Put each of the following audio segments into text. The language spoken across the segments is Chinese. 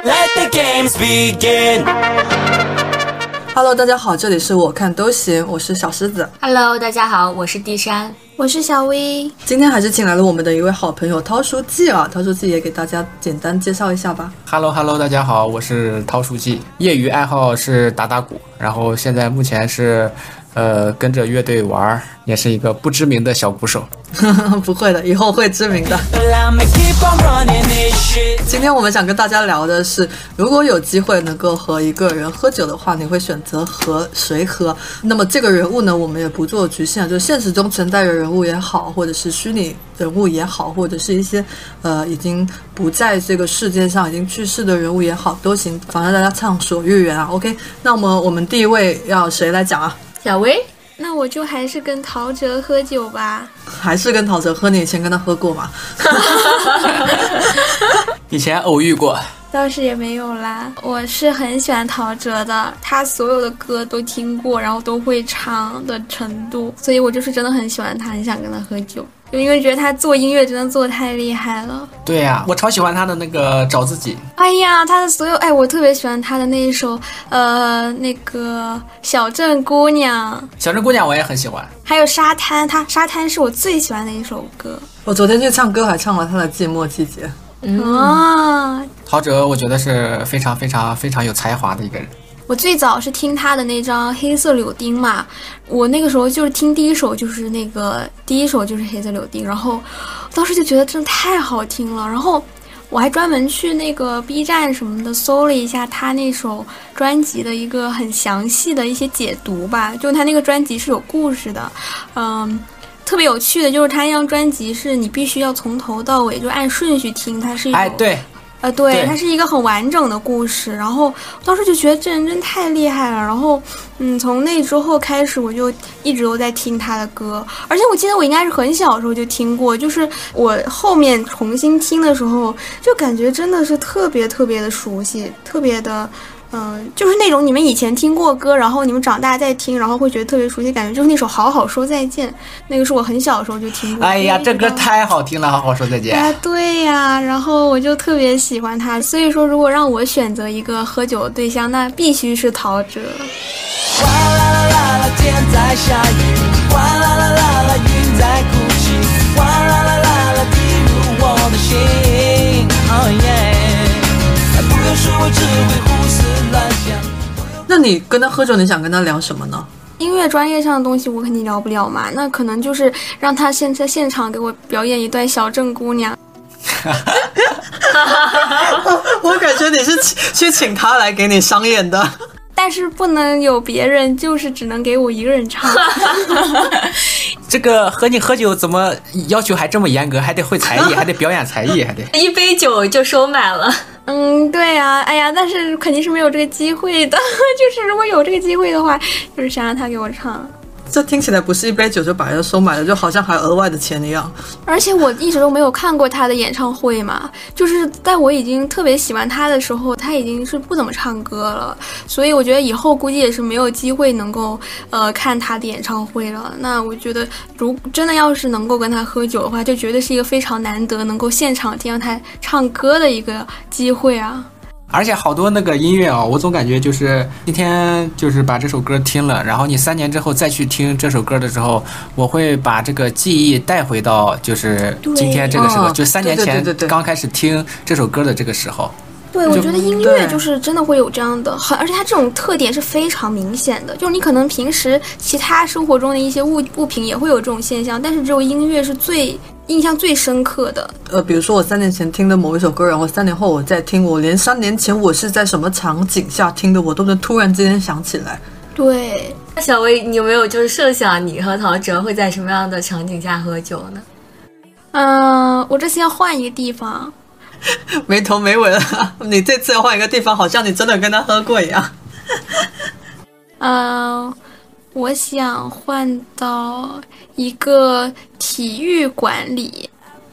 Let the games begin. Hello， 大家好，这里是我看都行，我是小狮子。 Hello， 大家好，我是地山， 我是小薇。 今天还是请来了我们的一位好朋友涛书记啊，涛书记也给大家简单介绍一下吧。 Hello， 大家好，我是涛书记，业余爱好是打鼓，然后现在目前是跟着乐队玩，也是一个不知名的小鼓手。 不会的，以后会知名的。今天我们想跟大家聊的是，如果有机会能够和一个人喝酒的话，你会选择和谁喝？那么这个人物呢，我们也不做局限，就现实中存在的人物也好，或者是虚拟人物也好，或者是一些已经不在这个世界上已经去世的人物也好，都行，反正大家畅所欲言啊。OK， 那么我们第一位要谁来讲啊？ 小薇。 那我就还是跟陶喆喝酒吧。 还是跟陶喆喝？你以前跟他喝过吗？ 以前偶遇过， 倒是也没有啦。我是很喜欢陶喆的，他所有的歌都听过，然后都会唱的程度，所以我就是真的很喜欢他，很想跟他喝酒，因为觉得他做音乐真的做得太厉害了。 对呀，我超喜欢他的那个找自己。 哎呀，他的所有，我特别喜欢他的那一首那个小镇姑娘。 小镇姑娘我也很喜欢， 还有沙滩，沙滩是我最喜欢的一首歌。 我昨天去唱歌还唱了他的寂寞季节。 陶喆我觉得是非常非常非常有才华的一个人。 我最早是听他的那张黑色柳丁嘛，我那个时候就是听第一首就是黑色柳丁，然后当时就觉得真的太好听了，然后我还专门去那个 B 站什么的搜了一下他那首专辑的一个很详细的一些解读吧，就他那个专辑是有故事的，特别有趣的就是他那张专辑是你必须要从头到尾就按顺序听，它是一首对，它是一个很完整的故事，然后当时就觉得这人真太厉害了，然后从那之后开始我就一直都在听他的歌，而且我记得我应该是很小的时候就听过，就是我后面重新听的时候就感觉真的是特别特别的熟悉，特别的就是那种你们以前听过歌，然后你们长大再听，然后会觉得特别熟悉，感觉就是那首好好说再见，那个是我很小的时候就听过。 哎呀，这歌太好听了，好好说再见。 对呀，然后我就特别喜欢他，所以说如果让我选择一个喝酒的对象，那必须是陶喆。 哗啦啦啦啦，天在下雨，哗啦啦啦啦，云在哭泣，哗啦啦啦啦，滴入我的心。Oh yeah， 不用说，我只会胡思乱想。 那你跟他喝酒，你想跟他聊什么呢？ 音乐专业上的东西我肯定聊不了嘛，那可能就是让他先在现场给我表演一段小镇姑娘。 我感觉你是去请他来给你商演的。 但是不能有别人，就是只能给我一个人唱。 这个和你喝酒怎么要求还这么严格，还得会才艺，还得表演才艺，还得一杯酒就收满了。 对啊，哎呀，但是肯定是没有这个机会的。就是如果有这个机会的话，就是想让他给我唱。 这听起来不是一杯酒就把人收买了，就好像还额外的钱一样。 而且我一直都没有看过他的演唱会嘛，就是在我已经特别喜欢他的时候，他已经是不怎么唱歌了，所以我觉得以后估计也是没有机会能够看他的演唱会了。那我觉得如真的要是能够跟他喝酒的话，就绝对是一个非常难得能够现场听到他唱歌的一个机会啊。 而且好多那个音乐我总感觉就是今天就是把这首歌听了，然后你3年之后再去听这首歌的时候，我会把这个记忆带回到就是今天这个时候，就3年前刚开始听这首歌的这个时候。 对，我觉得音乐就是真的会有这样的，而且它这种特点是非常明显的，就是你可能平时其他生活中的一些物品也会有这种现象，但是只有音乐是最印象最深刻的。 比如说我3年前听的某一首歌，然后3年后我再听，我连3年前我是在什么场景下听的，我都能突然之间想起来。 对， 那小薇，你有没有就是设想你和陶喆会在什么样的场景下喝酒呢？我这次要换一个地方。 没头没尾了，你这次要换一个地方，好像你真的跟他喝过一样。 我想换到一个体育馆里。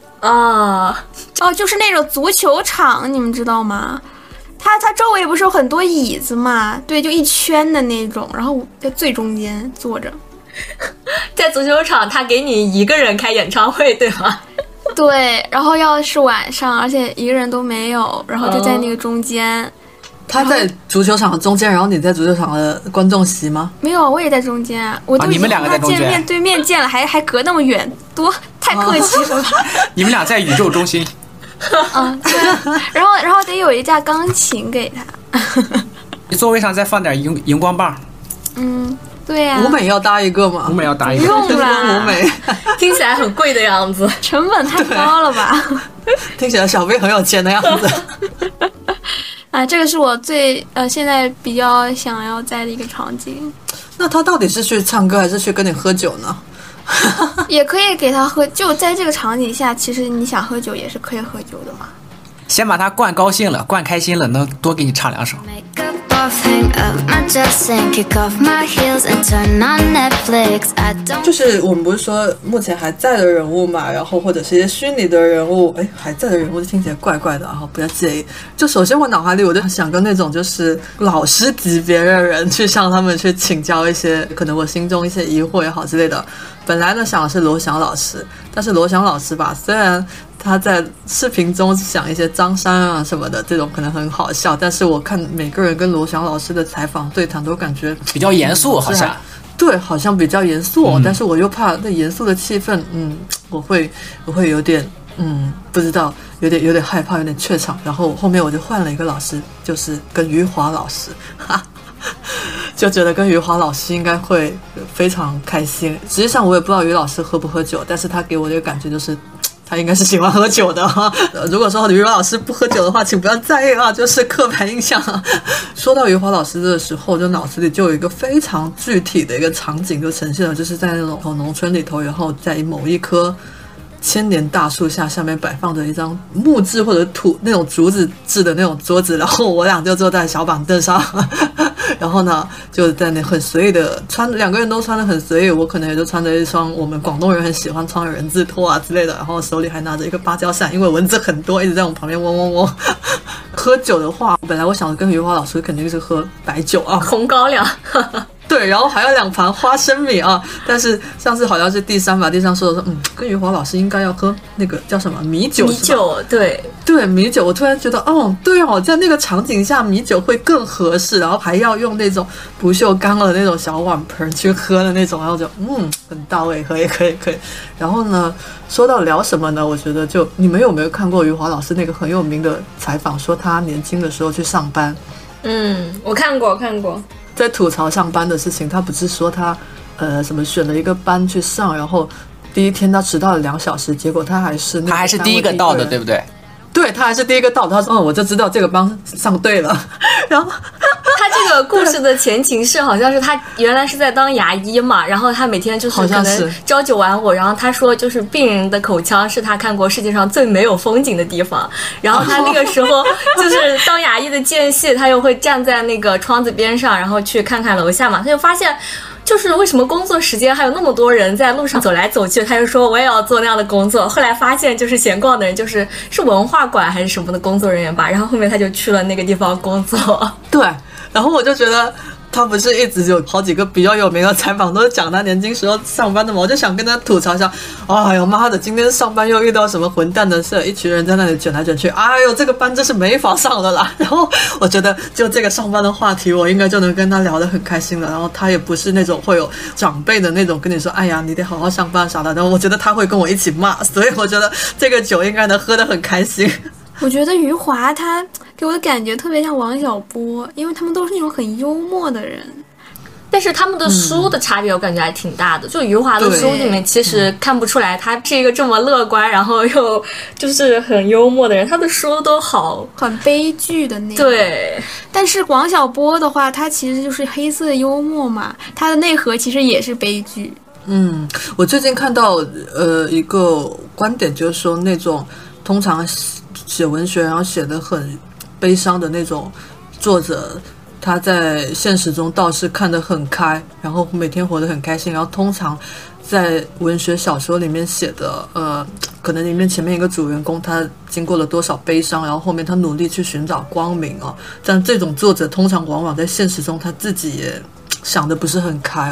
就是那种足球场，你们知道吗？它周围不是有很多椅子嘛？对，就一圈的那种，然后在最中间坐着。 在足球场，他给你一个人开演唱会，对吗？ 对，然后要是晚上，而且一个人都没有，然后就在那个中间。 他在足球场的中间，然后你在足球场的观众席吗？ 没有，我也在中间啊。我都你们两个在中间， 面对面见了，还隔那么远，太客气了吧？ 你们俩在宇宙中心。 啊，对。然后得有一架钢琴给他。 座位上再放点荧光棒。 嗯，对呀。 舞美要搭一个吗？ 舞美要搭一个。 不用啦， 舞美听起来很贵的样子， 成本太高了吧？ 听起来小贝很有钱的样子。 啊，这个是我现在比较想要在的一个场景。 那他到底是去唱歌还是去跟你喝酒呢？ 也可以给他喝，就在这个场景下，其实你想喝酒也是可以喝酒的嘛。 先把他灌高兴了，灌开心了，能多给你唱2首。 就是我们不是说目前还在的人物嘛，然后或者是一些虚拟的人物，还在的人物听起来怪怪的，然后不要介意。就首先我脑海里我就想跟那种就是老师级别的人去向他们去请教一些可能我心中一些疑惑也好之类的。本来呢想的是罗翔老师，但是罗翔老师吧，虽然他在视频中讲一些张三啊什么的这种可能很好笑，但是我看每个人跟罗翔老师的采访对谈都感觉比较严肃，好像对，好像比较严肃，但是我又怕那严肃的气氛，我会有点不知道，有点害怕，有点怯场。然后后面我就换了一个老师，就是跟余华老师，就觉得跟余华老师应该会非常开心。实际上我也不知道余老师喝不喝酒，但是他给我的感觉就是他应该是喜欢喝酒的哈。如果说余华老师不喝酒的话，请不要在意啊，就是刻板印象。说到余华老师的时候，就脑子里就有一个非常具体的一个场景就呈现了，就是在那种农村里头，然后在某一棵千年大树下面摆放着一张木质或者土那种竹子制的那种桌子，然后我俩就坐在小板凳上，然后呢就在那很随意的两个人都穿得很随意，我可能也就穿着一双我们广东人很喜欢穿的人字拖啊之类的，然后手里还拿着一个芭蕉扇，因为蚊子很多一直在我们旁边嗡嗡嗡。喝酒的话，本来我想跟余华老师肯定是喝白酒啊， 红高粱。 对，然后还有2盘花生米啊，但是上次好像是第3把地上说的说，跟余华老师应该要喝那个叫什么米酒， 米酒， 对米酒，我突然觉得对哦，在那个场景下米酒会更合适，然后还要用那种不锈钢的那种小碗盆去喝的那种，然后就很到位，可以。然后呢，说到聊什么呢？我觉得就你们有没有看过余华老师那个很有名的采访，说他年轻的时候去上班？ 我看过。 在吐槽上班的事情，他不是说他什么选了一个班去上，然后第一天他迟到了2小时，结果他还是第一个到的，对不对？ 对，他还是第一个到的。他说我就知道这个班上对了。然后他这个故事的前情是好像是他原来是在当牙医嘛，然后他每天就是可能朝9晚5，然后他说就是病人的口腔是他看过世界上最没有风景的地方，然后他那个时候就是当牙医的间隙，他又会站在那个窗子边上，然后去看看楼下嘛，他就发现就是为什么工作时间还有那么多人在路上走来走去，他就说我也要做那样的工作。后来发现就是闲逛的人是文化馆还是什么的工作人员吧，然后后面他就去了那个地方工作。 对，然后我就觉得他不是一直有好几个比较有名的采访都是讲他年轻时候上班的嘛，我就想跟他吐槽一下，哎呦妈的，今天上班又遇到什么混蛋的事，一群人在那里卷来卷去，哎呦这个班真是没法上的啦。然后我觉得就这个上班的话题我应该就能跟他聊得很开心了，然后他也不是那种会有长辈的那种跟你说哎呀你得好好上班啥的，然后我觉得他会跟我一起骂，所以我觉得这个酒应该能喝得很开心。 我觉得余华他给我的感觉特别像王小波，因为他们都是那种很幽默的人， 但是他们的书的差别我感觉还挺大的，就余华的书里面其实看不出来他是一个这么乐观然后又就是很幽默的人，他的书都好很悲剧的那种。 对， 但是王小波的话他其实就是黑色幽默嘛，他的内核其实也是悲剧。 我最近看到一个观点，就是说那种通常写文学然后写得很悲伤的那种作者，他在现实中倒是看得很开，然后每天活得很开心，然后通常在文学小说里面写的可能里面前面一个主人公他经过了多少悲伤，然后后面他努力去寻找光明啊，但这种作者通常往往在现实中他自己也想得不是很开哦。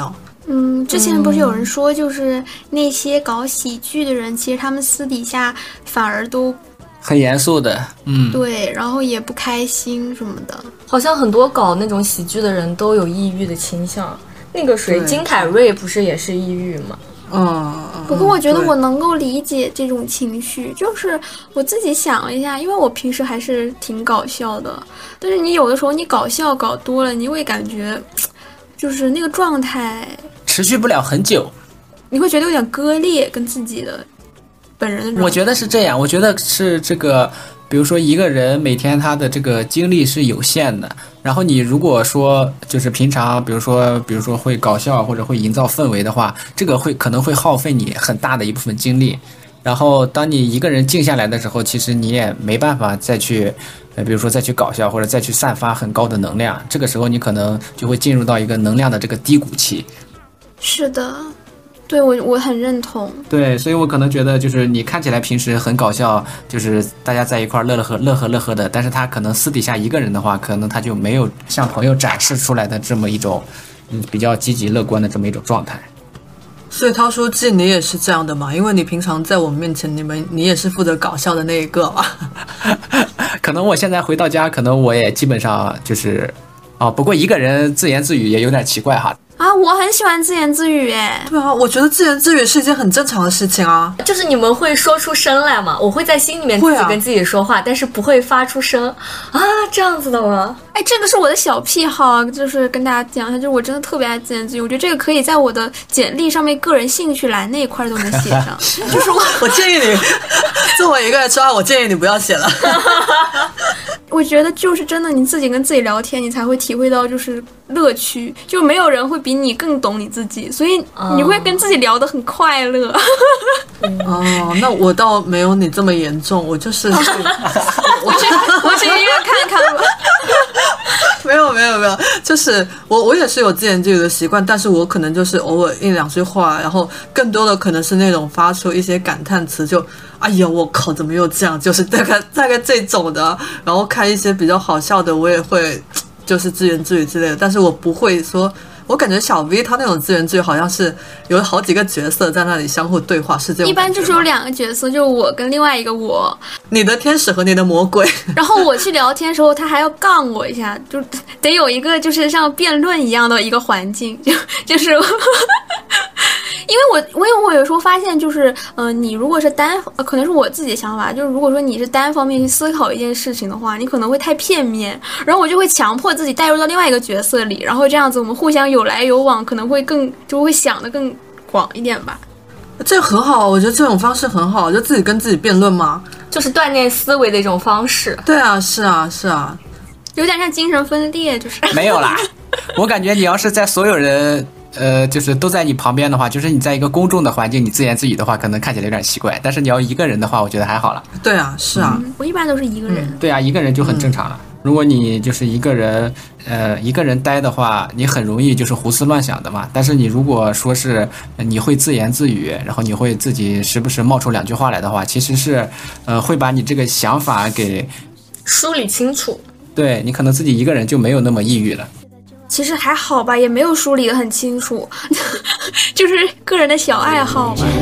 之前不是有人说，就是那些搞喜剧的人，其实他们私底下反而都很严肃的， 对，然后也不开心什么的。 好像很多搞那种喜剧的人都有抑郁的倾向。那个谁，金凯瑞不是也是抑郁吗？ 不过我觉得我能够理解这种情绪，就是我自己想了一下，因为我平时还是挺搞笑的，但是你有的时候你搞笑搞多了，你会感觉就是那个状态持续不了很久， 你会觉得有点割裂，跟自己的本人的状态。 我觉得是这样，我觉得是这个，比如说一个人每天他的这个精力是有限的，然后你如果说就是平常比如说会搞笑或者会营造氛围的话，这个可能会耗费你很大的一部分精力，然后当你一个人静下来的时候，其实你也没办法再去比如说再去搞笑或者再去散发很高的能量，这个时候你可能就会进入到一个能量的这个低谷期。 是的，对，我很认同。 对，所以我可能觉得就是你看起来平时很搞笑，就是大家在一块乐呵的，但是他可能私底下一个人的话，可能他就没有向朋友展示出来的这么一种比较积极乐观的这么一种状态。 所以涛书记你也是这样的嘛？因为你平常在我们面前你也是负责搞笑的那一个嘛。 可能我现在回到家，可能我也基本上就是不过一个人自言自语也有点奇怪哈。 我很喜欢自言自语哎。 对啊，我觉得自言自语是一件很正常的事情啊。 就是你们会说出声来吗？我会在心里面自己跟自己说话，但是不会发出声这样子的吗？ 哎，这个是我的小癖好，就是跟大家讲一下，就是我真的特别爱自言自语，我觉得这个可以在我的简历上面个人兴趣栏那一块都能写上。就是我建议你作为一个人说话，我建议你不要写了。 我觉得就是真的，你自己跟自己聊天，你才会体会到就是乐趣，就没有人会比你更懂你自己，所以你会跟自己聊得很快乐。 那我倒没有你这么严重，我就是我去医院看看吧。 没有，就是我也是有自言自语的习惯，但是我可能就是偶尔一两句话，然后更多的可能是那种发出一些感叹词，就哎呀我靠怎么又这样，就是大概这种的。然后看一些比较好笑的我也会就是自言自语之类的，但是我不会说，我感觉小 V 他那种自言自语好像是有好几个角色在那里相互对话，是这种。 一般就是有2个角色，就是我跟另外一个我， 你的天使和你的魔鬼。 然后我去聊天的时候，他还要杠我一下，就得有一个就是像辩论一样的一个环境，就是因为我有时候发现就是你如果是可能是我自己的想法，就是如果说你是单方面去思考一件事情的话，你可能会太片面，然后我就会强迫自己带入到另外一个角色里，然后这样子我们互相有来有往，可能会就会想得更广一点吧。 这个很好，我觉得这种方式很好，就自己跟自己辩论嘛， 就是锻炼思维的一种方式。 对啊，是啊， 有点像精神分裂，就是没有啦。我感觉你要是在所有人就是都在你旁边的话，就是你在一个公众的环境，你自言自语的话，可能看起来有点奇怪。但是你要一个人的话，我觉得还好了。 对啊，是啊， 我一般都是一个人。 对啊，一个人就很正常了。如果你就是一个人待的话，你很容易就是胡思乱想的嘛。但是你如果说是你会自言自语，然后你会自己时不时冒出2句话来的话，其实是会把你这个想法给梳理清楚。 对，你可能自己一个人就没有那么抑郁了。 其实还好吧，也没有梳理得很清楚，就是个人的小爱好吧。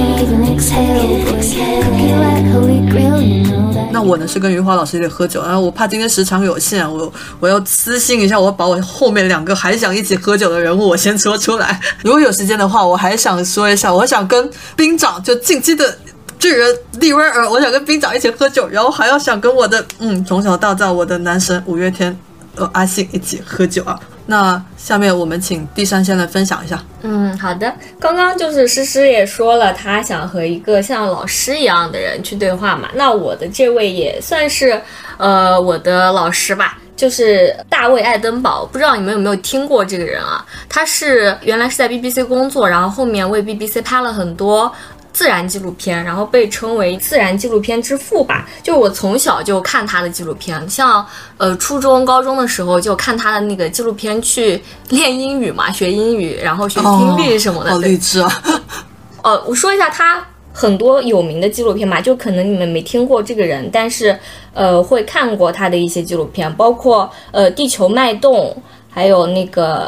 那我呢是跟余华老师一起喝酒，然后我怕今天时长有限，我要私信一下，我把我后面2个还想一起喝酒的人物我先说出来。如果有时间的话，我还想说一下，我想跟兵长就进击的巨人利威尔，我想跟兵长一起喝酒，然后还要想跟我的从小到大我的男神五月天阿信一起喝酒啊。那下面我们请第3先来分享一下。 好的。刚刚就是诗诗也说了，他想和一个像老师一样的人去对话嘛。那我的这位也算是我的老师吧，就是大卫·爱登堡。不知道你们有没有听过这个人啊？他是原来是在 BBC 工作，然后后面为 BBC 拍了很多自然纪录片，然后被称为自然纪录片之父吧。就我从小就看他的纪录片，像初中高中的时候就看他的那个纪录片去练英语嘛，学英语，然后学听力什么的。 好励志啊。 我说一下他很多有名的纪录片吧，就可能你们没听过这个人，但是会看过他的一些纪录片，包括地球脉动，还有那个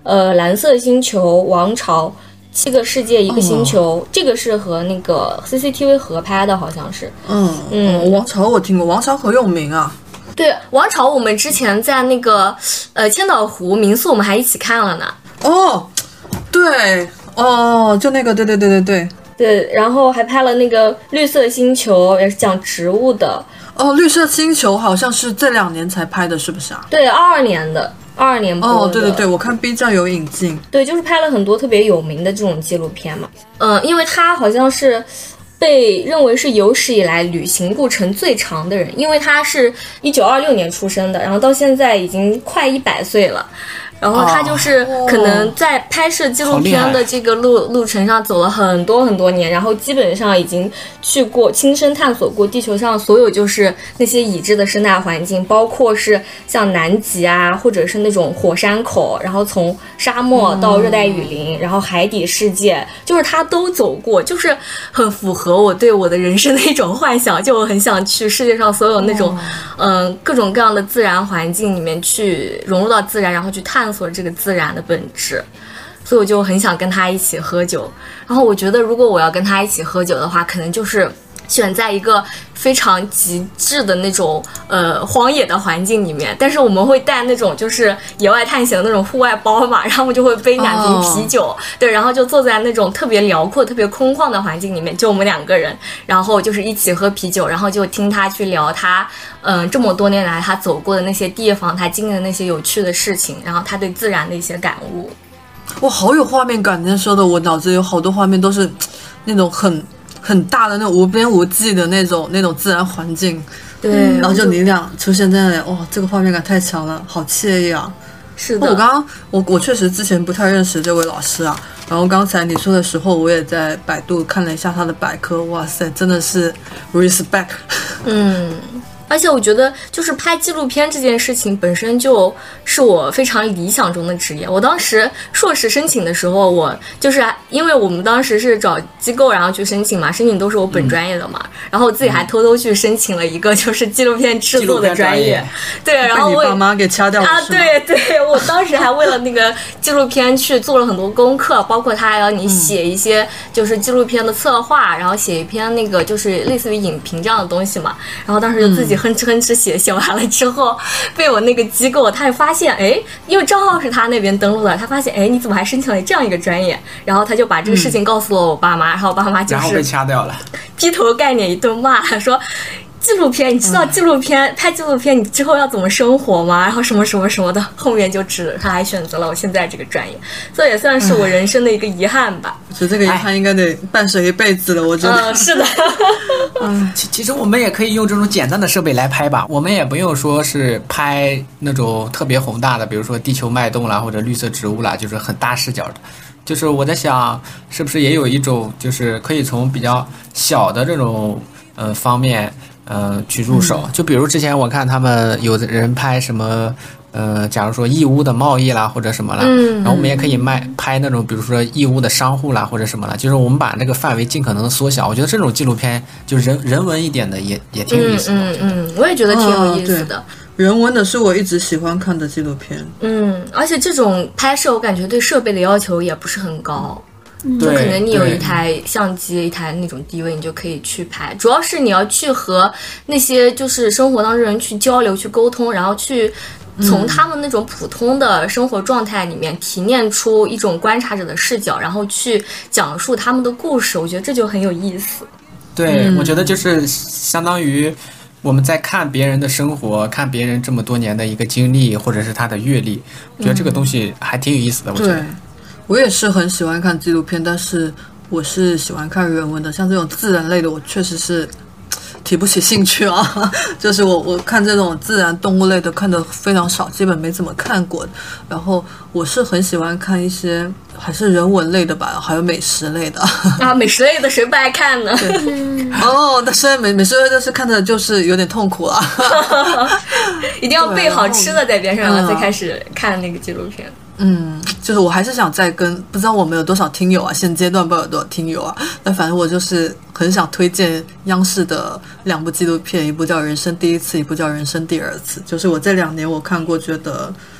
蓝色星球、王朝、7个世界一个星球，这个是和那个 CCTV 合拍的，好像是。 王朝我听过，王朝很有名啊。 对，王朝我们之前在那个千岛湖民宿我们还一起看了呢。 对，就那个，对， 然后还拍了那个绿色星球，也是讲植物的。 绿色星球好像是这2年才拍的，是不是啊？ 对，22年的，22年播的。 对，我看 B 站有引进。 对，就是拍了很多特别有名的这种纪录片嘛。因为他好像是被认为是有史以来旅行路程最长的人，因为他是1926年出生的，然后到现在已经快100岁了。然后他就是可能在拍摄纪录片的这个路程上走了很多很多年，然后基本上已经去过亲身探索过地球上所有就是那些已知的生态环境，包括是像南极啊，或者是那种火山口，然后从沙漠到热带雨林，然后海底世界，就是他都走过，就是很符合我对我的人生的一种幻想，就我很想去世界上所有那种各种各样的自然环境里面去融入到自然，然后去探索这个自然的本质，所以我就很想跟他一起喝酒。然后我觉得如果我要跟他一起喝酒的话，可能就是选在一个非常极致的那种荒野的环境里面，但是我们会带那种就是野外探险的那种户外包嘛，然后我们就会背2瓶啤酒，对，然后就坐在那种特别辽阔特别空旷的环境里面，就我们2个人，然后就是一起喝啤酒，然后就听他去聊他这么多年来他走过的那些地方，他经历的那些有趣的事情，然后他对自然的一些感悟。 哇，好有画面感！你说的，我脑子有好多画面都是那种很大的那种无边无际的那种自然环境， 对， 然后就你俩出现在那里，这个画面感太强了，好惬意啊！ 是的， 我刚刚我确实之前不太认识这位老师啊，然后刚才你说的时候，我也在百度看了一下他的百科，哇塞，真的是 respect。 而且我觉得就是拍纪录片这件事情本身就是我非常理想中的职业。我当时硕士申请的时候，我就是因为我们当时是找机构然后去申请嘛，申请都是我本专业的嘛，然后我自己还偷偷去申请了一个就是纪录片制作的专业，对，然后被你爸妈给掐掉了啊，对，我当时还为了那个纪录片去做了很多功课，包括他还要你写一些就是纪录片的策划，然后写一篇那个就是类似于影评这样的东西嘛，然后当时就自己哼哧写完了之后，被我那个机构他也发现，因为账号是他那边登录的，他发现你怎么还申请了这样一个专业，然后他就把这个事情告诉了我爸妈，然后我爸妈就是然后被掐掉了， 劈头盖脸一顿骂，说纪录片，你知道纪录片拍纪录片你之后要怎么生活吗？然后什么什么什么的，后面就他还选择了我现在这个专业，这也算是我人生的一个遗憾吧。 我觉得这个遗憾应该得伴随一辈子了，我觉得。 是的。 其实我们也可以用这种简单的设备来拍吧，我们也不用说是拍那种特别宏大的，比如说地球脉动啦或者绿色植物啦，就是很大视角的。就是我在想，是不是也有一种就是可以从比较小的这种方面去入手，就比如之前我看他们有的人拍什么假如说义乌的贸易啦或者什么啦，然后我们也可以拍那种比如说义乌的商户啦或者什么啦，就是我们把那个范围尽可能的缩小，我觉得这种纪录片就人文一点的也挺有意思的。 我也觉得挺有意思的。 人文的是我一直喜欢看的纪录片。 而且这种拍摄我感觉对设备的要求也不是很高。就可能你有一台相机一台那种低位你就可以去拍，主要是你要去和那些就是生活当中人去交流去沟通，然后去从他们那种普通的生活状态里面提炼出一种观察者的视角，然后去讲述他们的故事，我觉得这就很有意思。 对，我觉得就是相当于我们在看别人的生活，看别人这么多年的一个经历或者是他的阅历，我觉得这个东西还挺有意思的。我觉得我也是很喜欢看纪录片，但是我是喜欢看人文的，像这种自然类的我确实是提不起兴趣啊。就是我看这种自然动物类的看的非常少，基本没怎么看过。然后我是很喜欢看一些还是人文类的吧，还有美食类的啊，美食类的谁不爱看呢？ 但是美食类的是看的就是有点痛苦啊。 一定要备好吃的在边上，然后再开始看那个纪录片。 就是我还是想再跟不知道我们有多少听友啊，现阶段不知道有多少听友啊，但反正我就是很想推荐央视的2部纪录片，一部叫《人生第一次》，一部叫《人生第二次》，就是我这2年我看过觉得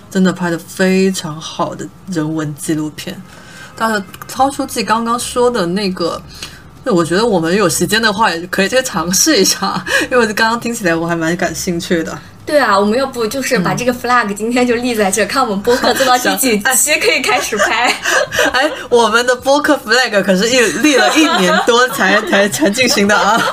真的拍得非常好的人文纪录片。但是涛书记刚刚说的那个，我觉得我们有时间的话也可以去尝试一下，因为刚刚听起来我还蛮感兴趣的。 对啊，我们要不就是把这个 flag 今天就立在这，看我们播客做到第几期可以开始拍。 哎，我们的播客 flag 可是立了1年多才进行的啊。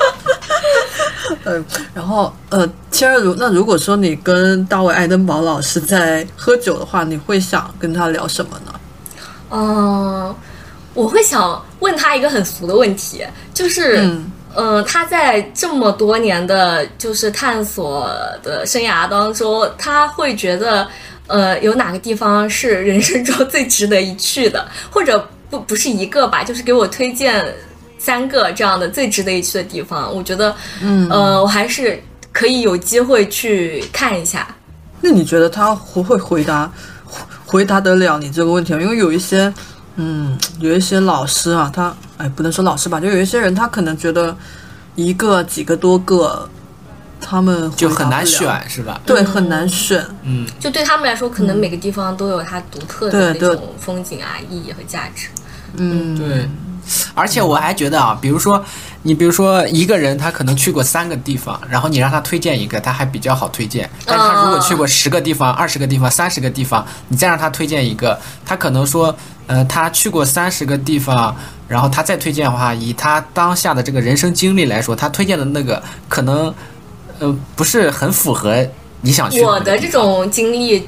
然后千儿那如果说你跟大卫·爱登堡老师在喝酒的话，你会想跟他聊什么呢？ 我会想问他一个很俗的问题，就是他在这么多年的就是探索的生涯当中，他会觉得有哪个地方是人生中最值得一去的，或者不是一个吧，就是给我推荐3个这样的最值得一去的地方。我觉得我还是可以有机会去看一下。 那你觉得他会回答得了你这个问题吗？因为有一些老师啊，他不能说老师吧，就有一些人他可能觉得一个几个多个他们就很难选，是吧？ 对，很难选。 就对他们来说，可能每个地方都有它独特的那种风景啊、意义和价值。 对。而且我还觉得啊，比如说一个人他可能去过3个地方，然后你让他推荐一个，他还比较好推荐。但是他如果去过10个地方、20个地方、30个地方，你再让他推荐一个，他可能说他去过30个地方，然后他再推荐的话，以他当下的这个人生经历来说，他推荐的那个可能不是很符合你想去的我的这种经历。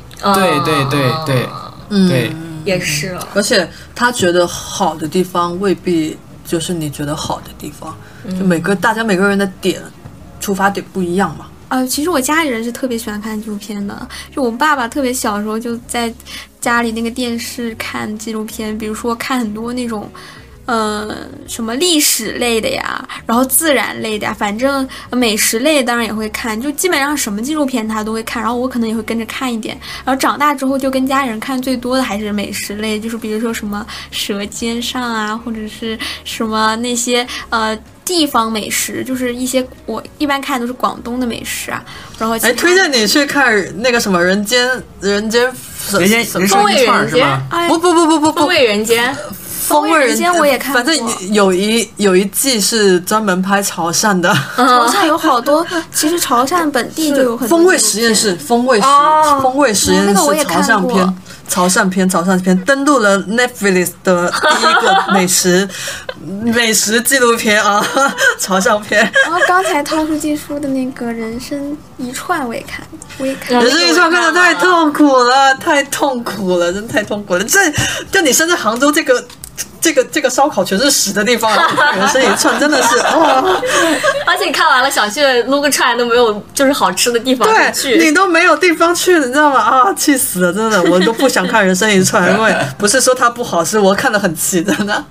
对， 也是。 而且他觉得好的地方未必就是你觉得好的地方，就大家每个人的出发点不一样嘛。 其实我家里人是特别喜欢看纪录片的，就我爸爸特别小的时候就在家里那个电视看纪录片，比如说看很多那种什么历史类的呀，然后自然类的呀，反正美食类当然也会看，就基本上什么纪录片他都会看，然后我可能也会跟着看一点。然后长大之后就跟家人看最多的还是美食类，就是比如说什么舌尖上啊，或者是什么那些地方美食，就是一些我一般看都是广东的美食啊。然后推荐你去看那个什么人间风味人间是吗？不风味人间。 风味人间我也看过， 反正有一季是专门拍潮汕的。 潮汕有好多，其实潮汕本地就有很多。 风味实验室，风味实验室，潮汕片登陆了 Netflix 的第一个美食纪录片啊，潮汕片。 然后刚才涛书记说的那个人生一串我也看。 人生一串看得太痛苦了，真太痛苦了。就你身在杭州这个烧烤全是屎的地方，人生一串真的是而且你看完了想去撸个串都没有，就是好吃的地方去， 你都没有地方去，你知道吗？气死了，真的，我都不想看人生一串，因为不是说它不好，是我看得很气，真的。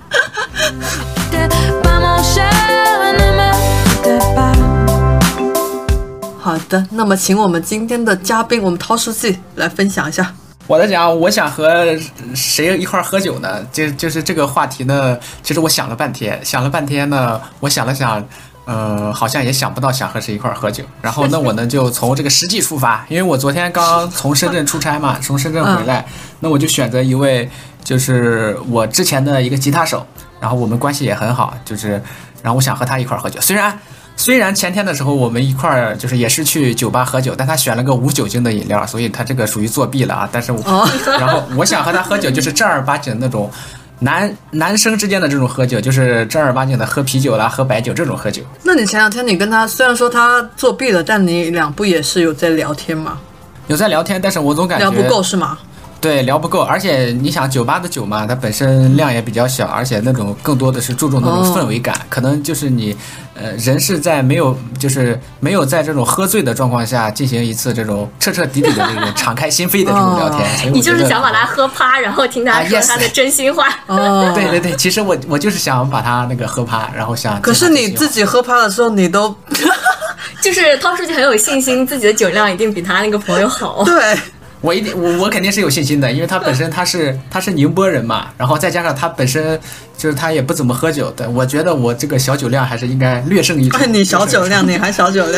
好的，那么请我们今天的嘉宾，我们涛书记来分享一下。 我在讲，我想和谁一块喝酒呢？就是这个话题呢，其实我想了半天呢，我想了想，好像也想不到想和谁一块喝酒。然后那我呢就从这个实际出发，因为我昨天刚从深圳出差嘛，从深圳回来，那我就选择一位就是我之前的一个吉他手，然后我们关系也很好，然后我想和他一块喝酒，虽然前天的时候我们一块儿就是也是去酒吧喝酒，但他选了个无酒精的饮料，所以他这个属于作弊了啊。但是然后我想和他喝酒，就是正儿八经那种男生之间的这种喝酒，就是正儿八经的喝啤酒啦、喝白酒这种喝酒。 那你前两天你跟他虽然说他作弊了，但你俩不也是有在聊天吗？ 有在聊天，但是我总感觉聊不够是吗？ 对，聊不够，而且你想酒吧的酒嘛，它本身量也比较小，而且那种更多的是注重那种氛围感，可能就是你人是在没有在这种喝醉的状况下进行一次这种彻彻底底的这种敞开心扉的这种聊天。所以你就是想把他喝趴，然后听他说他的真心话。 对，其实我就是想把他那个喝趴，然后想。 可是你自己喝趴的时候，你都就是涛书记很有信心，自己的酒量一定比他那个朋友好。 对。 我肯定是有信心的，因为他本身他是宁波人嘛，然后再加上他本身就是他也不怎么喝酒的，我觉得我这个小酒量还是应该略胜一筹。 你小酒量，你还小酒量？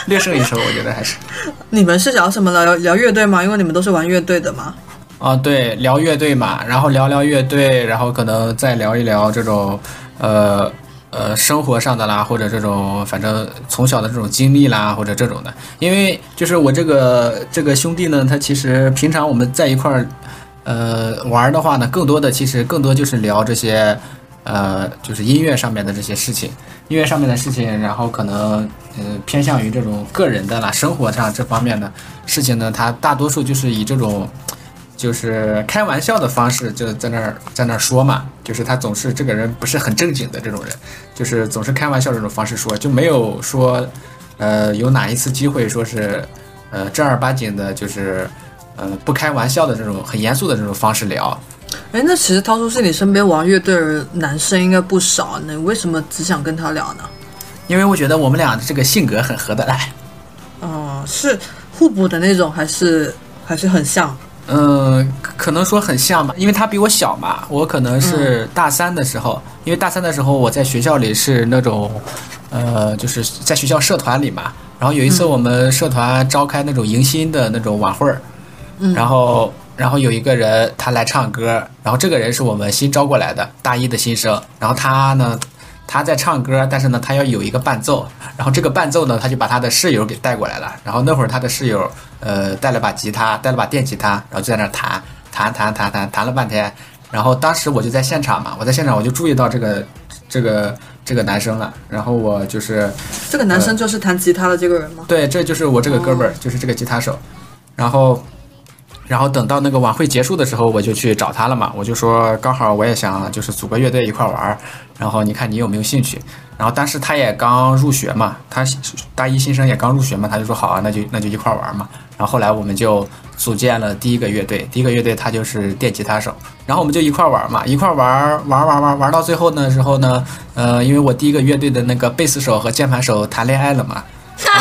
略胜一筹，我觉得还是。 你们是聊什么了？聊乐队吗？因为你们都是玩乐队的嘛。 对，聊乐队嘛，然后聊聊乐队，然后可能再聊一聊这种生活上的啦，或者这种反正从小的这种经历啦，或者这种的。因为就是我这个兄弟呢，他其实平常我们在一块儿玩的话呢，更多就是聊这些就是音乐上面的这些事情，然后可能偏向于这种个人的啦，生活上这方面的事情呢，他大多数就是以这种就是开玩笑的方式就在那儿说嘛，就是他总是这个人不是很正经的这种人，就是总是开玩笑这种方式说，就没有说有哪一次机会说是正儿八经的，就是不开玩笑的这种很严肃的这种方式聊。 那其实涛叔是你身边玩乐队的男生应该不少，你为什么只想跟他聊呢？ 因为我觉得我们俩这个性格很合得来。 是互补的那种，还是很像？ 可能说很像吧，因为他比我小嘛，我可能是大三的时候，因为大三的时候我在学校里是那种，就是在学校社团里嘛，然后有一次我们社团召开那种迎新的那种晚会儿，然后有一个人他来唱歌，然后这个人是我们新招过来的大一的新生，然后他在唱歌，但是呢他要有一个伴奏，然后这个伴奏呢他就把他的室友给带过来了，然后那会儿他的室友带了把吉他，带了把电吉他，然后就在那弹了半天，然后当时我就在现场嘛，我就注意到这个男生了，然后我就是这个男生就是弹吉他的这个人吗？ 对，这就是我这个哥们儿，就是这个吉他手，然后等到那个晚会结束的时候，我就去找他了嘛。我就说，刚好我也想就是组个乐队一块玩，然后你看你有没有兴趣？然后当时他也刚入学嘛，他大一新生也刚入学嘛，他就说好啊，那就一块玩嘛。然后后来我们就组建了第一个乐队，他就是电吉他手，然后我们就一块玩嘛，一块玩到最后的时候呢，因为我第一个乐队的那个贝斯手和键盘手谈恋爱了嘛。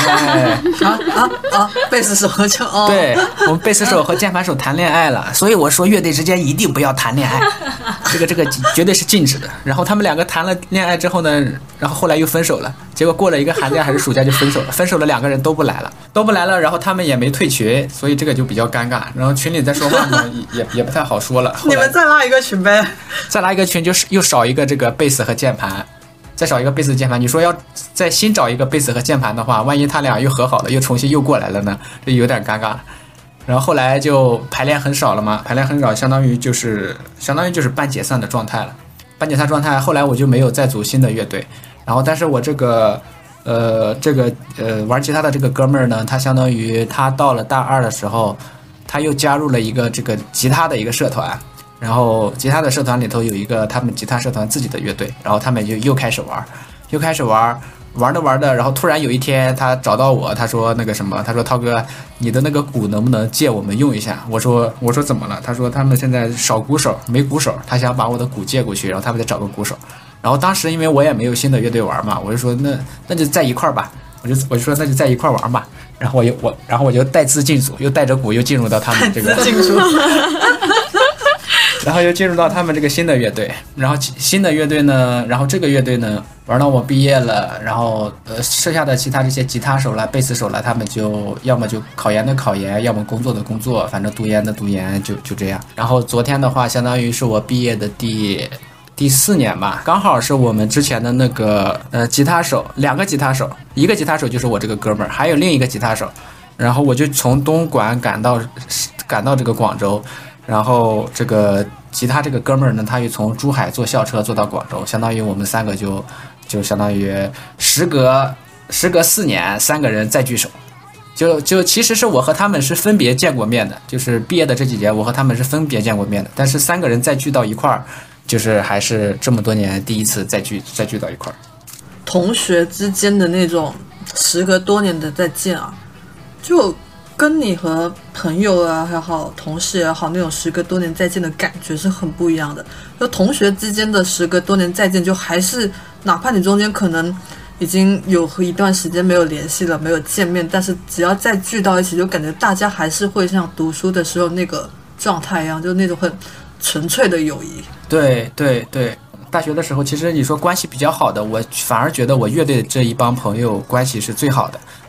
贝斯手就对，我们贝斯手和键盘手谈恋爱了，所以我说乐队之间一定不要谈恋爱，这个绝对是禁止的。然后他们两个谈了恋爱之后呢，然后后来又分手了，结果过了一个寒假还是暑假就分手了，两个人都不来了，然后他们也没退群，所以这个就比较尴尬。然后群里在说话呢，也不太好说了。 你们再拉一个群呗， 再拉一个群就是又少一个这个贝斯和键盘。再找一个贝斯键盘，你说要再新找一个贝斯和键盘的话，万一他俩又和好了，又重新又过来了呢，这有点尴尬了。然后后来就排练很少了嘛，排练很少，相当于就是半解散的状态了。半解散状态，后来我就没有再组新的乐队。然后但是我这个玩吉他的这个哥们儿呢，他相当于他到了大二的时候，他又加入了一个这个吉他的一个社团。然后吉他的社团里头有一个他们吉他社团自己的乐队，然后他们就又开始玩的，然后突然有一天他找到我，他说那个什么，他说涛哥，你的那个鼓能不能借我们用一下？我说怎么了？他说他们现在少鼓手没鼓手，他想把我的鼓借过去，然后他们再找个鼓手。然后当时因为我也没有新的乐队玩嘛，我就说那就在一块儿吧，我就说那就在一块儿玩吧。然后我就带资进组，又带着鼓又进入到他们这个进组。 然后又进入到他们这个新的乐队，然后新的乐队呢，然后这个乐队呢玩到我毕业了，然后剩下的其他这些吉他手啦、贝斯手啦，他们就要么就考研的考研，要么工作的工作，反正读研的读研，就这样。然后昨天的话，相当于是我毕业的第4年吧，刚好是我们之前的那个吉他手，2个吉他手，一个吉他手就是我这个哥们儿，还有另一个吉他手，然后我就从东莞赶到这个广州。然后这个吉他这个哥们儿呢，他又从珠海坐校车坐到广州，相当于我们3个就相当于时隔4年，3个人再聚首，就其实是我和他们是分别见过面的，就是毕业的这几年我和他们是分别见过面的，但是3个人再聚到一块儿，就是还是这么多年第一次再聚到一块儿。 同学之间的那种时隔多年的再见啊，就跟你和朋友啊也好，同事也好，那种时隔多年再见的感觉是很不一样的。就同学之间的时隔多年再见，就还是哪怕你中间可能已经有一段时间没有联系了，没有见面，但是只要再聚到一起，就感觉大家还是会像读书的时候那个状态一样，就那种很纯粹的友谊。 对对对，大学的时候，其实你说关系比较好的，我反而觉得我乐队这一帮朋友关系是最好的。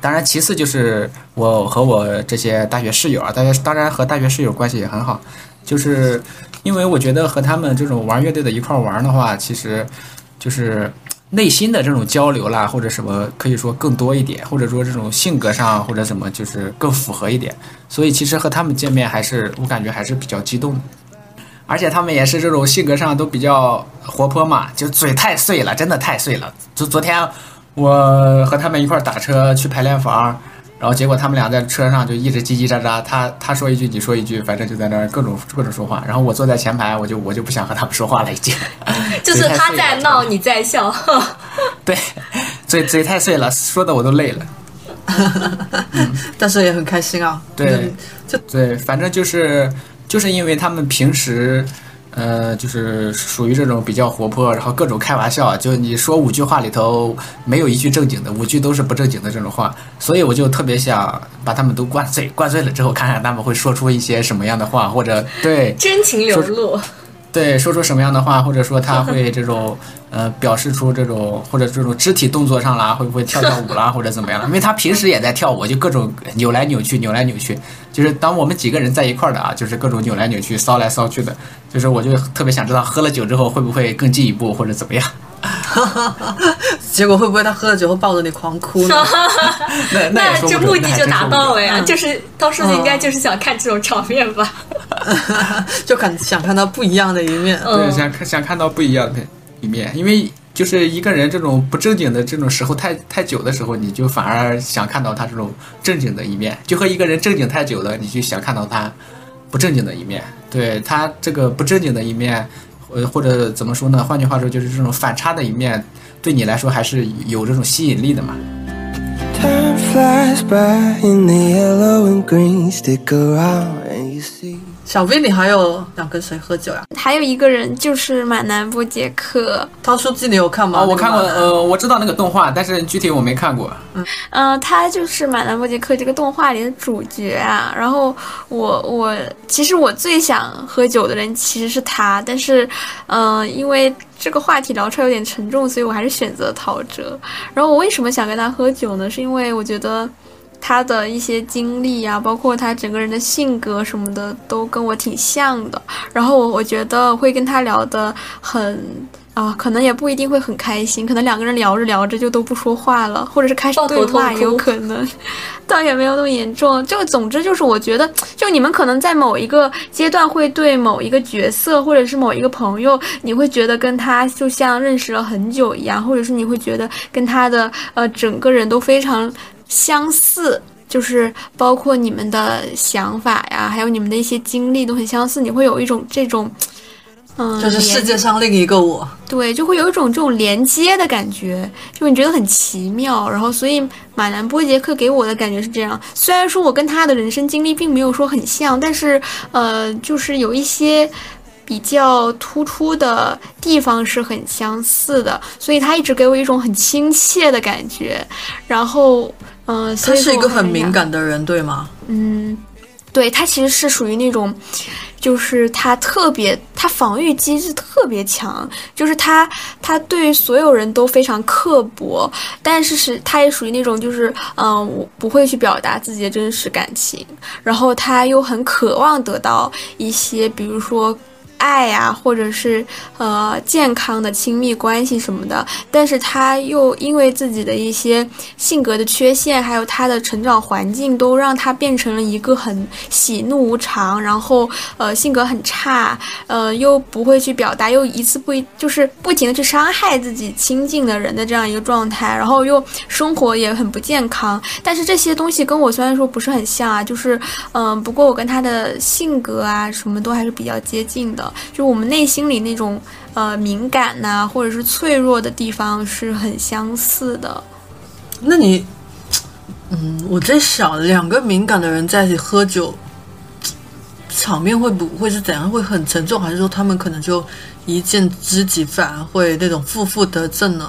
当然其次就是我和我这些大学室友啊，当然和大学室友关系也很好，就是因为我觉得和他们这种玩乐队的一块玩的话，其实就是内心的这种交流啦，或者什么可以说更多一点，或者说这种性格上或者什么就是更符合一点，所以其实和他们见面我感觉还是比较激动的。而且他们也是这种性格上都比较活泼嘛，就嘴太碎了，真的太碎了。就昨天我和他们一块打车去排练房，然后结果他们俩在车上就一直叽叽喳喳，他说一句你说一句，反正就在那儿各种说话。然后我坐在前排，我就不想和他们说话了，已经。 就是他在闹，你在笑。 对，嘴太碎了，说的我都累了。 但是也很开心啊。 对，对，反正就是因为他们平时，就是属于这种比较活泼，然后各种开玩笑，就你说5句话里头没有一句正经的，5句都是不正经的这种话，所以我就特别想把他们都灌醉了之后，看看他们会说出一些什么样的话，或者对真情流露。 对，说出什么样的话，或者说他会这种表示出这种或者这种肢体动作上啦，会不会跳舞啦，或者怎么样？因为他平时也在跳舞，就各种扭来扭去，就是当我们几个人在一块儿的啊，就是各种扭来扭去，骚来骚去的，就是我就特别想知道喝了酒之后会不会更进一步或者怎么样。 结果会不会他喝了酒后抱着你狂哭呢？ 那这目的就达到了呀，就是当时应该就是想看这种场面吧。 就想看到不一样的一面。 对，想看到不一样的一面，因为就是一个人这种不正经的这种时候太久的时候，你就反而想看到他这种正经的一面，就和一个人正经太久了，你就想看到他不正经的一面。对，他这个不正经的一面，或者怎么说呢？换句话说，就是这种反差的一面，对你来说还是有这种吸引力的嘛。Time flies by in the yellow and green, stick around and you see. 小 V， 你还有想跟谁喝酒呀？ 还有一个人就是马南波杰克。 汤书记你有看吗？ 我看过，我知道那个动画，但是具体我没看过。 他就是马南波杰克这个动画里的主角啊。然后其实我最想喝酒的人其实是他，但是因为这个话题聊出来有点沉重，所以我还是选择陶喆。然后我为什么想跟他喝酒呢？是因为我觉得他的一些经历啊，包括他整个人的性格什么的，都跟我挺像的。然后我觉得会跟他聊得可能也不一定会很开心，可能两个人聊着聊着就都不说话了，或者是开始对骂也有可能，倒也没有那么严重。总之就是我觉得，就你们可能在某一个阶段会对某一个角色或者是某一个朋友，你会觉得跟他就像认识了很久一样，或者是你会觉得跟他的整个人都非常相似，就是包括你们的想法呀，还有你们的一些经历都很相似，你会有一种这种就是世界上另一个我。 对，就会有一种这种连接的感觉，就你觉得很奇妙。然后所以马南波杰克给我的感觉是这样，虽然说我跟他的人生经历并没有说很像，但是就是有一些比较突出的地方是很相似的，所以他一直给我一种很亲切的感觉。然后他是一个很敏感的人，对吗？ 对，他其实是属于那种，就是他防御机制特别强，就是他对所有人都非常刻薄，但是他也属于那种就是不会去表达自己的真实感情，然后他又很渴望得到一些，比如说爱呀，或者是健康的亲密关系什么的，但是他又因为自己的一些性格的缺陷，还有他的成长环境，都让他变成了一个很喜怒无常，然后性格很差，又不会去表达，又就是不停的去伤害自己亲近的人的这样一个状态，然后又生活也很不健康。但是这些东西跟我虽然说不是很像啊，就是不过我跟他的性格啊什么都还是比较接近的。就我们内心里那种敏感呐，或者是脆弱的地方是很相似的。 那你，我在想，两个敏感的人在一起喝酒，场面会不会是怎样？会很沉重，还是说他们可能就一见知己，反而会那种负负得正呢？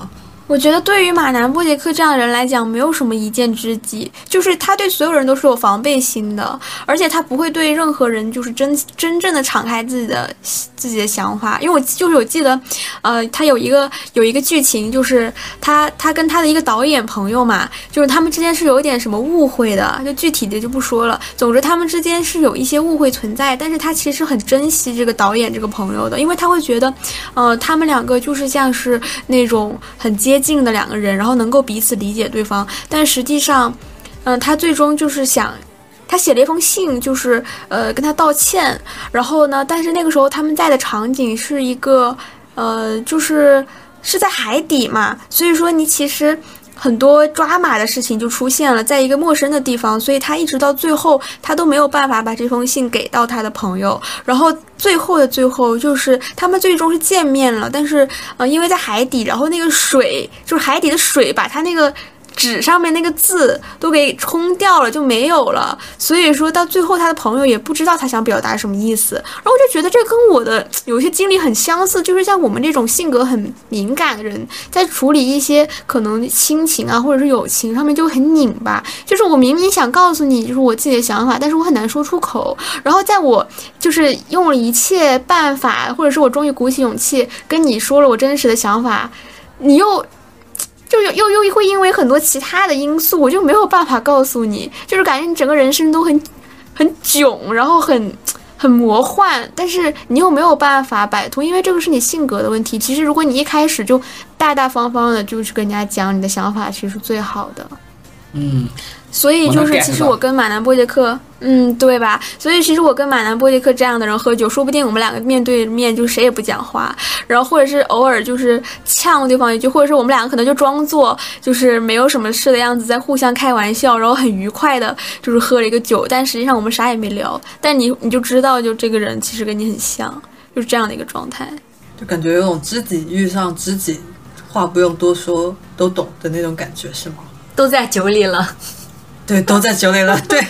我觉得对于马南波杰克这样的人来讲，没有什么一见知己，就是他对所有人都是有防备心的，而且他不会对任何人就是真正的敞开自己的想法。因为我记得，他有一个剧情，就是他跟他的一个导演朋友嘛，就是他们之间是有一点什么误会的，就具体的就不说了。总之他们之间是有一些误会存在，但是他其实很珍惜这个导演这个朋友的，因为他会觉得，他们两个就是像是那种很接近的两个人，然后能够彼此理解对方。但实际上，他最终就是他写了一封信，就是跟他道歉。然后呢，但是那个时候他们在的场景是一个就是在海底嘛，所以说你其实很多抓马的事情就出现了，在一个陌生的地方，所以他一直到最后他都没有办法把这封信给到他的朋友。然后最后的最后，就是他们最终是见面了，但是因为在海底，然后那个水就是海底的水把他那个纸上面那个字都给冲掉了，就没有了。所以说到最后他的朋友也不知道他想表达什么意思。然后我就觉得这跟我的有些经历很相似，就是像我们这种性格很敏感的人，在处理一些可能亲情啊或者是友情上面就很拧巴，就是我明明想告诉你就是我自己的想法，但是我很难说出口。然后在我就是用了一切办法，或者是我终于鼓起勇气跟你说了我真实的想法，你又会因为很多其他的因素，我就没有办法告诉你，就是感觉你整个人生都很囧，然后很魔幻，但是你又没有办法摆脱，因为这个是你性格的问题。其实如果你一开始就大大方方的就去跟人家讲你的想法，其实是最好的。所以就是其实我跟马南波杰克对吧，所以其实我跟马南波杰克这样的人喝酒，说不定我们两个面对面就谁也不讲话，然后或者是偶尔就是呛对方一句，或者是我们两个可能就装作就是没有什么事的样子在互相开玩笑，然后很愉快的就是喝了一个酒，但实际上我们啥也没聊，但你就知道就这个人其实跟你很像，就是这样的一个状态， 就感觉有种知己遇上知己，话不用多说都懂的那种感觉，是吗？ 都在酒里了。 对，都在酒里了。对。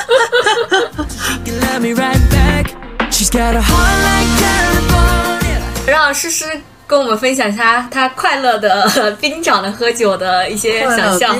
让诗诗跟我们分享一下他快乐的冰长的喝酒的一些想象。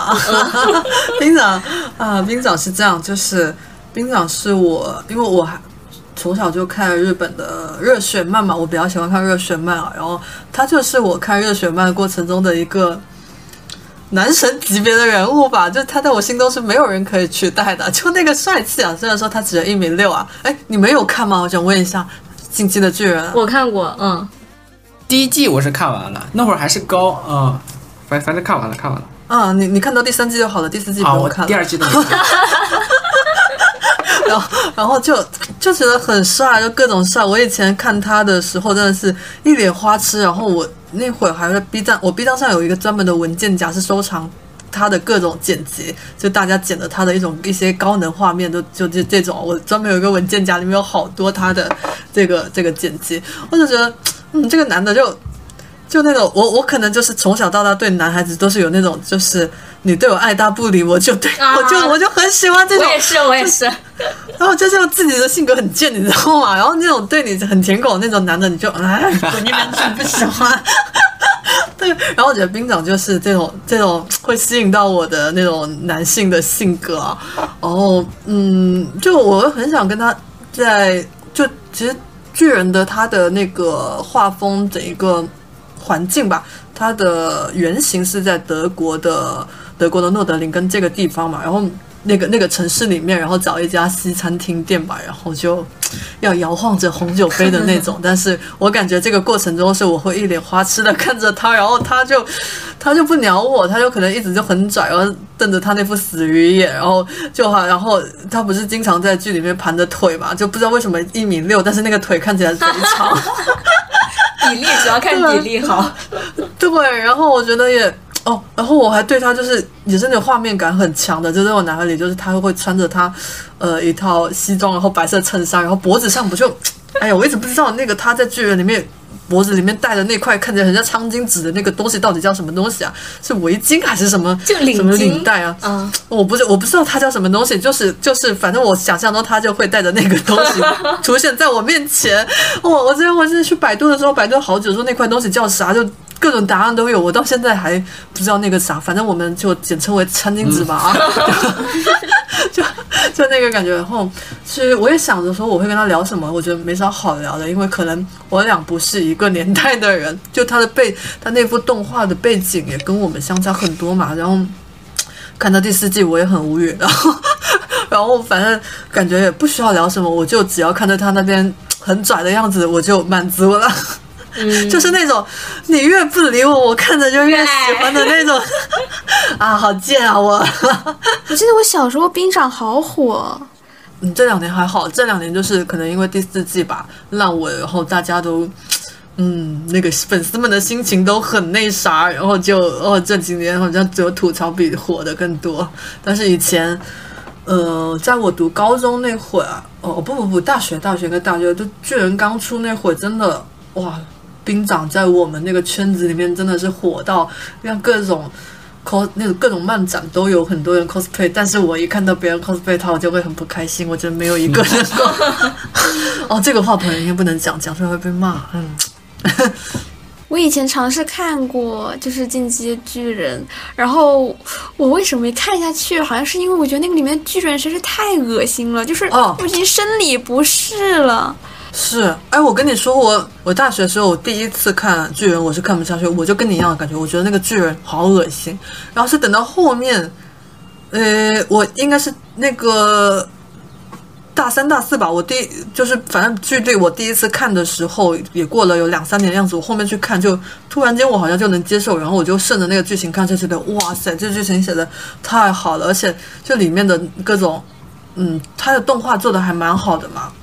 冰长是这样，就是冰长是因为我还从小就看日本的热血漫嘛，我比较喜欢看热血漫啊，然后他就是我看热血漫过程中的一个男神级别的人物吧，就他在我心中是没有人可以取代的，就那个帅气啊！虽然说他只有1.6米啊，哎，你们有看吗？我想问一下，《进击的巨人》 我看过， 第1季我是看完了，那会儿还是高，反正看完了。 你看到第3季就好了，第4季不用看了。 我第2季都没看。 然后就觉得很帅，就各种帅。我以前看他的时候真的是一脸花痴，然后我那会儿还在 B 站，我 B 站上有一个专门的文件夹是收藏他的各种剪辑，就大家剪的他的一些高能画面，就这种，我专门有一个文件夹，里面有好多他的这个剪辑，我就觉得这个男的就那种我可能就是从小到大对男孩子都是有那种，就是你对我爱答不理，我就很喜欢这种。 我也是。 然后就是我自己的性格很贱，你知道吗？然后那种对你很舔狗那种男的，你就滚你们去，不喜欢。对，然后我觉得冰长就是这种会吸引到我的那种男性的性格啊。然后就我很想跟他其实巨人的他的那个画风整一个环境吧，它的原型是在德国的诺德林根这个地方嘛，然后那个城市里面，然后找一家西餐厅店吧，然后就要摇晃着红酒杯的那种。但是我感觉这个过程中是我会一脸花痴的看着他，然后他就不鸟我，他就可能一直就很拽，然后瞪着他那副死鱼眼，然后他不是经常在剧里面盘着腿嘛，就不知道为什么1.6米，但是那个腿看起来贼长。 比例主要看比例好。 对，然后我觉得然后我还对他也是那种画面感很强的，就是我脑海里就是他会穿着他一套西装，然后白色衬衫，然后脖子上不就，哎呀，我一直不知道那个他在巨人里面脖子里面戴的那块看起来很像苍巾纸的那个东西到底叫什么东西啊？是围巾还是什么？ 就领巾， 什么领带啊？我不知道它叫什么东西，就是反正我想象中他就会带着那个东西出现在我面前。我之前去百度的时候，百度好久说那块东西叫啥，就各种答案都有，我到现在还不知道那个啥，反正我们就简称为餐巾纸吧啊，就那个感觉。然后其实我也想着说我会跟他聊什么，我觉得没啥好聊的，因为可能我俩不是一个年代的人，就他那部动画的背景也跟我们相差很多嘛，然后看到第4季我也很无语，然后反正感觉也不需要聊什么，我就只要看到他那边很拽的样子我就满足了。就是那种你越不理我，我看着就越喜欢的那种啊，好贱啊我！ 我记得我小时候冰掌好火， 这2年还好，这2年就是可能因为第4季吧烂尾，然后大家都那个粉丝们的心情都很那啥，然后就这几年好像只有吐槽比火的更多。但是以前在我读高中那会儿不，大学跟大学就巨人刚出那会儿，真的哇！兵长在我们那个圈子里面真的是火到让各种漫展都有很多人 cosplay， 但是我一看到别人 cosplay 他，我就会很不开心，我觉得没有一个人够这个话朋友应该不能讲出来会被骂。 我以前尝试看过就是进击巨人，然后我为什么没看下去，好像是因为我觉得那个里面巨人实在是太恶心了，就是我已经生理不适了。 是，我跟你说，我大学的时候我第一次看巨人，我是看不下去，我就跟你一样的感觉，我觉得那个巨人好恶心。然后是等到后面，我应该是那个大3大4吧，就是反正剧队我第一次看的时候也过了有2-3年的样子，我后面去看就突然间我好像就能接受，然后我就顺着那个剧情看下去的，哇塞，这剧情写的太好了，而且就里面的各种它的动画做的还蛮好的嘛，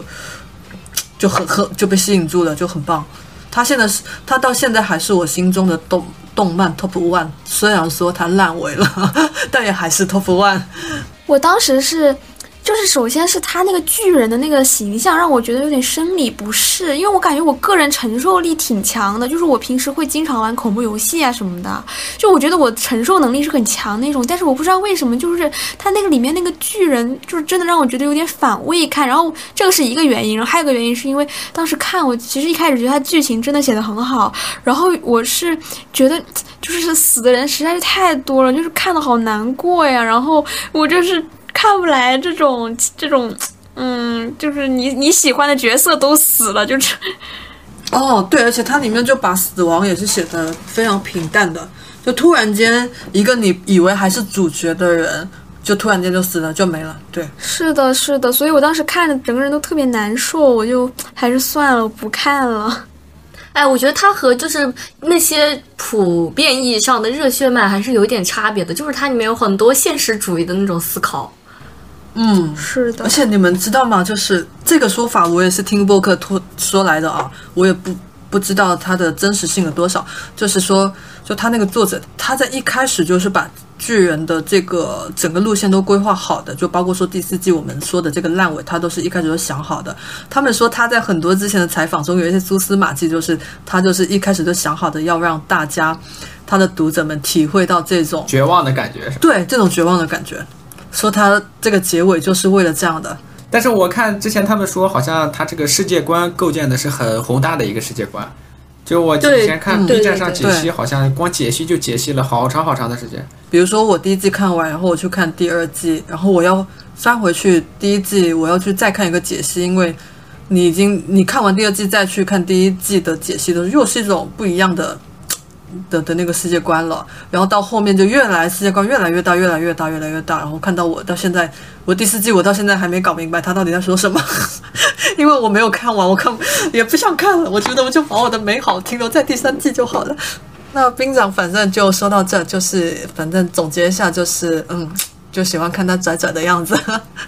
就被吸引住了，就很棒。他到现在还是我心中的动漫 top 1， 虽然说他烂尾了，但也还是 top 1。 我当时就是首先是他那个巨人的那个形象让我觉得有点生理不适，因为我感觉我个人承受力挺强的，就是我平时会经常玩恐怖游戏啊什么的，就我觉得我承受能力是很强那种，但是我不知道为什么就是他那个里面那个巨人就是真的让我觉得有点反胃看，然后这个是一个原因，然后还有一个原因是因为当时看我其实一开始觉得他剧情真的写得很好，然后我是觉得就是死的人实在是太多了，就是看得好难过呀，然后我就是看不来这种，就是你喜欢的角色都死了，就是。 对，而且它里面就把死亡也是写的非常平淡的，就突然间一个你以为还是主角的人，就突然间就死了，就没了。对， 是的，所以我当时看着整个人都特别难受，我就还是算了，不看了。 我觉得它和就是那些普遍意义上的热血漫还是有一点差别的，就是它里面有很多现实主义的那种思考。 是的。 而且你们知道吗？就是这个说法，我也是听播客说来的啊，我也不知道它的真实性有多少。就是说，就他那个作者，他在一开始就是把巨人的这个整个路线都规划好的，就包括说第4季我们说的这个烂尾，他都是一开始都想好的。他们说他在很多之前的采访中有一些蛛丝马迹，就是他就是一开始就想好的，要让大家他的读者们体会到这种绝望的感觉， 对，这种绝望的感觉。说他这个结尾就是为了这样的。 但是我看之前他们说，好像他这个世界观构建的是很宏大的一个世界观。就我之前看 B 站上解析，好像光解析就解析了好长好长的时间。 比如说我第1季看完，然后我去看第2季，然后我要翻回去第1季，我要去再看一个解析，因为你看完第2季再去看第1季的解析的，又是一种不一样的那个世界观了。然后到后面就世界观越来越大，然后看到我到现在，我第4季我到现在还没搞明白他到底在说什么因为我没有看完，我也不想看了，我觉得我就把我的美好停留在第3季就好了。那兵长反正就说到这，就是反正总结一下，就是就喜欢看他拽拽的样子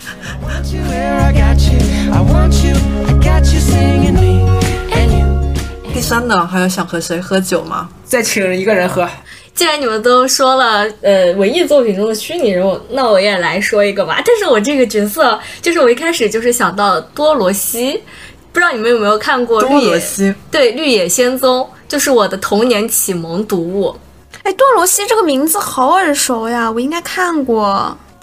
第3呢，还有想和谁喝酒吗？ 再请一个人喝。 既然你们都说了文艺作品中的虚拟人物，那我也来说一个吧。但是我这个角色就是我一开始就是想到多罗西，不知道你们有没有看过多罗西？ 对，绿野仙踪就是我的童年启蒙读物。 多罗西这个名字好耳熟呀，我应该看过。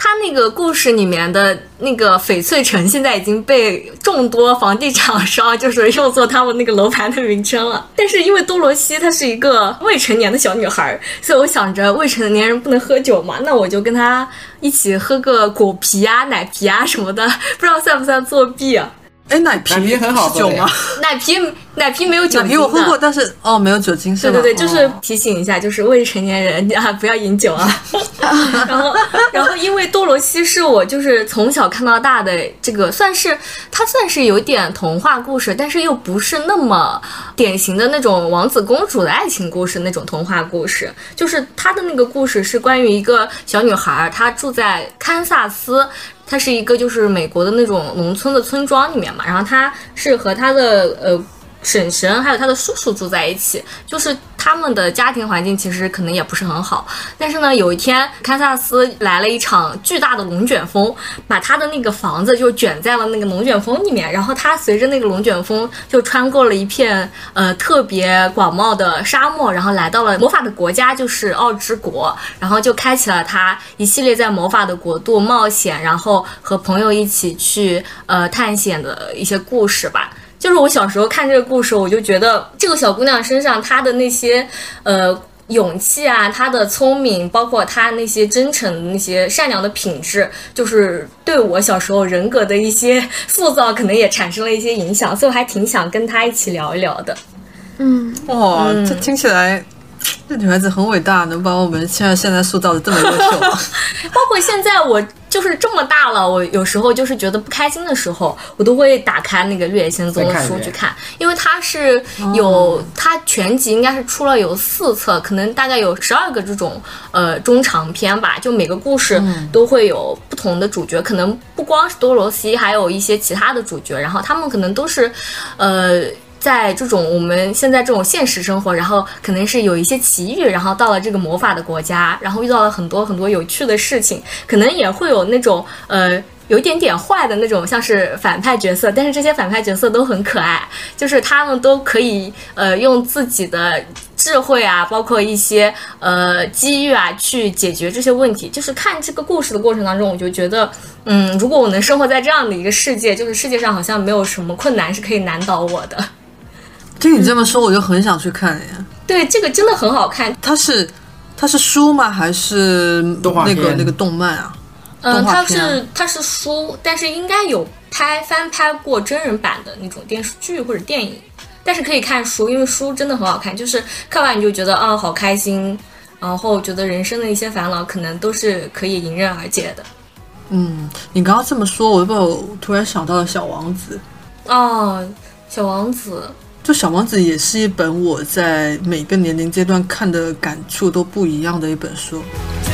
他那个故事里面的那个翡翠城现在已经被众多房地产商就是用作他们那个楼盘的名称了。但是因为多罗西她是一个未成年的小女孩，所以我想着未成年人不能喝酒嘛，那我就跟她一起喝个果皮啊、奶皮啊什么的，不知道算不算作弊啊？ 哎，奶皮很好喝酒吗？ 奶皮没有酒精的。 奶皮我喝过，但是没有酒精是吧？ 对，就是提醒一下，就是未成年人啊不要饮酒啊。然后因为多罗西是我就是从小看到大的这个，算是有点童话故事，但是又不是那么典型的那种王子公主的爱情故事那种童话故事。就是他的那个故事是关于一个小女孩，她住在堪萨斯。它是一个就是美国的那种农村的村庄里面嘛，然后他是和他的婶婶还有他的叔叔住在一起，就是他们的家庭环境其实可能也不是很好。但是呢，有一天堪萨斯来了一场巨大的龙卷风，把他的那个房子就卷在了那个龙卷风里面，然后他随着那个龙卷风就穿过了一片特别广袤的沙漠，然后来到了魔法的国家，就是奥之国，然后就开启了他一系列在魔法的国度冒险，然后和朋友一起去探险的一些故事吧。就是我小时候看这个故事，我就觉得这个小姑娘身上她的那些勇气啊，她的聪明，包括她那些真诚、那些善良的品质，就是对我小时候人格的一些塑造，可能也产生了一些影响，所以我还挺想跟她一起聊一聊的。 哇，这听起来这女孩子很伟大，能把我们现在塑造的这么优秀。 包括现在我就是这么大了，我有时候就是觉得不开心的时候，我都会打开那个《绿野仙踪》的书去看，因为它是有它全集应该是出了有4册，可能大概有12个这种中长篇吧，就每个故事都会有不同的主角，可能不光是多罗西，还有一些其他的主角，然后他们可能都是在这种我们现在这种现实生活，然后可能是有一些奇遇，然后到了这个魔法的国家，然后遇到了很多很多有趣的事情，可能也会有那种有一点点坏的那种像是反派角色，但是这些反派角色都很可爱，就是他们都可以用自己的智慧啊，包括一些机遇啊去解决这些问题。就是看这个故事的过程当中，我就觉得如果我能生活在这样的一个世界，就是世界上好像没有什么困难是可以难倒我的。 听你这么说，我就很想去看呀。 对，这个真的很好看。 它是书吗？还是那个动漫啊？ 它是书，但是应该有翻拍过真人版的那种电视剧或者电影，但是可以看书，因为书真的很好看，就是看完你就觉得好开心，然后觉得人生的一些烦恼可能都是可以迎刃而解的。 你刚刚这么说，我突然想到了小王子。 小王子。 就小王子也是一本我在每个年龄阶段看的感触都不一样的一本书。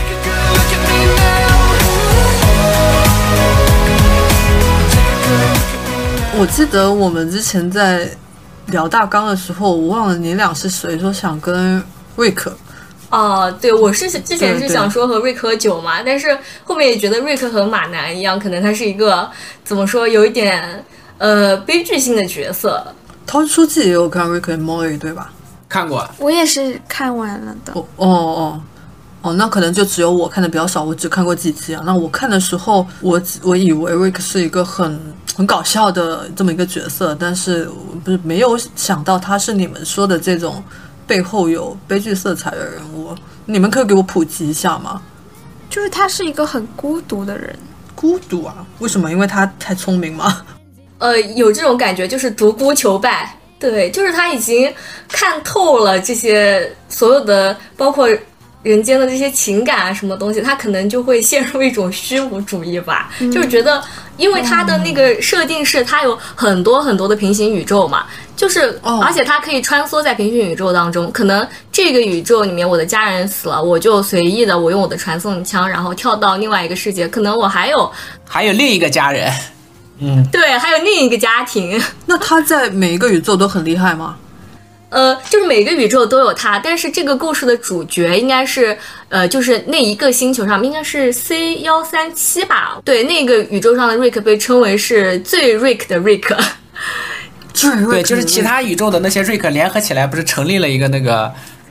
我记得我们之前在聊大纲的时候，我忘了你俩是谁说想跟瑞克。 对，我是之前是想说和瑞克喝酒嘛，但是后面也觉得瑞克和马南一样，可能他是一个怎么说有一点悲剧性的角色。 陶书记也有看 Rick and Morty 对吧？ 看过， 我也是看完了的。 那可能就只有我看的比较少，我只看过几集啊。那我看的时候，我以为 Rick 是一个很搞笑的这么一个角色，但是不是没有想到他是你们说的这种背后有悲剧色彩的人物。你们可以给我普及一下吗？ 就是他是一个很孤独的人。 孤独啊？为什么？因为他太聪明吗？ 有这种感觉，就是独孤求败。对，就是他已经看透了这些所有的，包括人间的这些情感啊，什么东西，他可能就会陷入一种虚无主义吧。就是觉得，因为他的那个设定是他有很多很多的平行宇宙嘛，就是而且他可以穿梭在平行宇宙当中。可能这个宇宙里面我的家人死了，我就随意的我用我的传送枪，然后跳到另外一个世界，可能我还有另一个家人。 对，还有另一个家庭。 那他在每一个宇宙都很厉害吗？ 就是每个宇宙都有他，但是这个故事的主角应该是就是那一个星球上应该是 C137吧？对，那个宇宙上的 Rick 被称为是最 Rick 的 Rick。 对，就是其他宇宙的那些 Rick 联合起来，不是成立了一个那个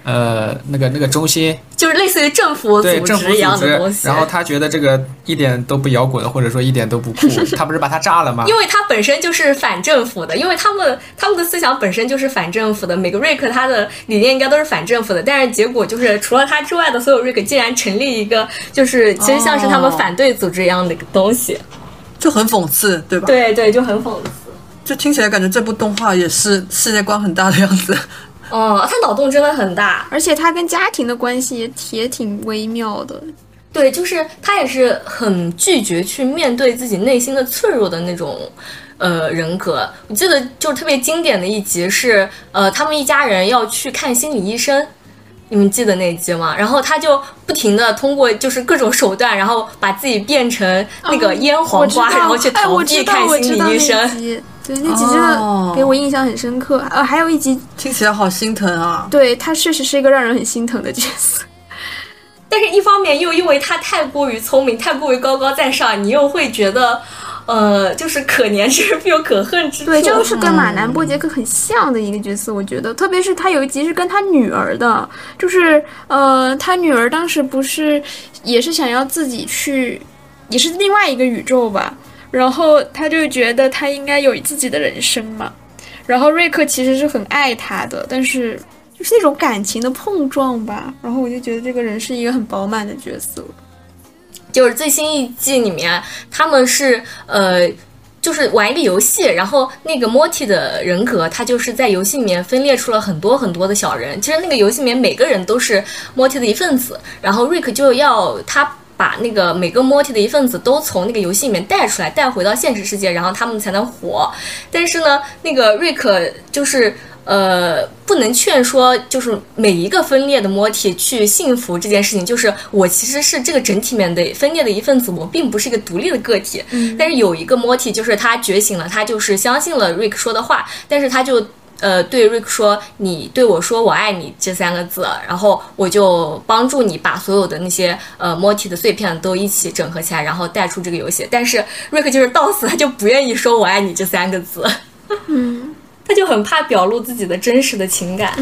那个中心， 就是类似于政府组织一样的东西。 然后他觉得这个一点都不摇滚，或者说一点都不酷，他不是把他炸了吗？ 因为他本身就是反政府的，因为他们的思想本身就是反政府的。每个瑞克他的理念应该都是反政府的，但是结果就是除了他之外的所有瑞克竟然成立一个就是其实像是他们反对组织一样的东西， 就很讽刺，对吧？ 对对，就很讽刺。 就听起来感觉这部动画也是世界观很大的样子。 哦，他脑洞真的很大， 而且他跟家庭的关系也挺微妙的。 对，就是他也是很拒绝去面对自己内心的脆弱的那种人格。我记得就特别经典的一集是他们一家人要去看心理医生，你们记得那一集吗？然后他就不停的通过就是各种手段，然后把自己变成那个腌黄瓜，然后去逃避看心理医生。 对，那集真的给我印象很深刻。还有一集听起来好心疼啊。 对，他确实是一个让人很心疼的角色。 但是一方面又因为他太过于聪明，太过于高高在上，你又会觉得就是可怜之必有可恨之处。 对，就是跟马南波杰克很像的一个角色，我觉得，特别是他有一集是跟他女儿的，就是他女儿当时不是也是想要自己去，也是另外一个宇宙吧，然后他就觉得他应该有自己的人生嘛，然后瑞克其实是很爱他的，但是就是那种感情的碰撞吧，然后我就觉得这个人是一个很饱满的角色。 就是最新一季里面，他们是就是玩一个游戏，然后那个 Morty 的人格，他就是在游戏里面分裂出了很多很多的小人。其实那个游戏里面每个人都是 Morty 的一份子，然后 Rick 就要他把那个每个 Morty 的一份子都从那个游戏里面带出来，带回到现实世界，然后他们才能活。但是呢，那个 Rick 就是不能劝说就是每一个分裂的Morty去幸福这件事情，就是我其实是这个整体里面的分裂的一份子，我并不是一个独立的个体。但是有一个Morty就是他觉醒了，他就是相信了 Rick 说的话，但是他就对 Rick 说你对我说我爱你这3个字，然后我就帮助你把所有的那些Morty 的碎片都一起整合起来，然后带出这个游戏。但是 Rick 就是到死他就不愿意说我爱你这3个字。他就很怕表露自己的真实的情感。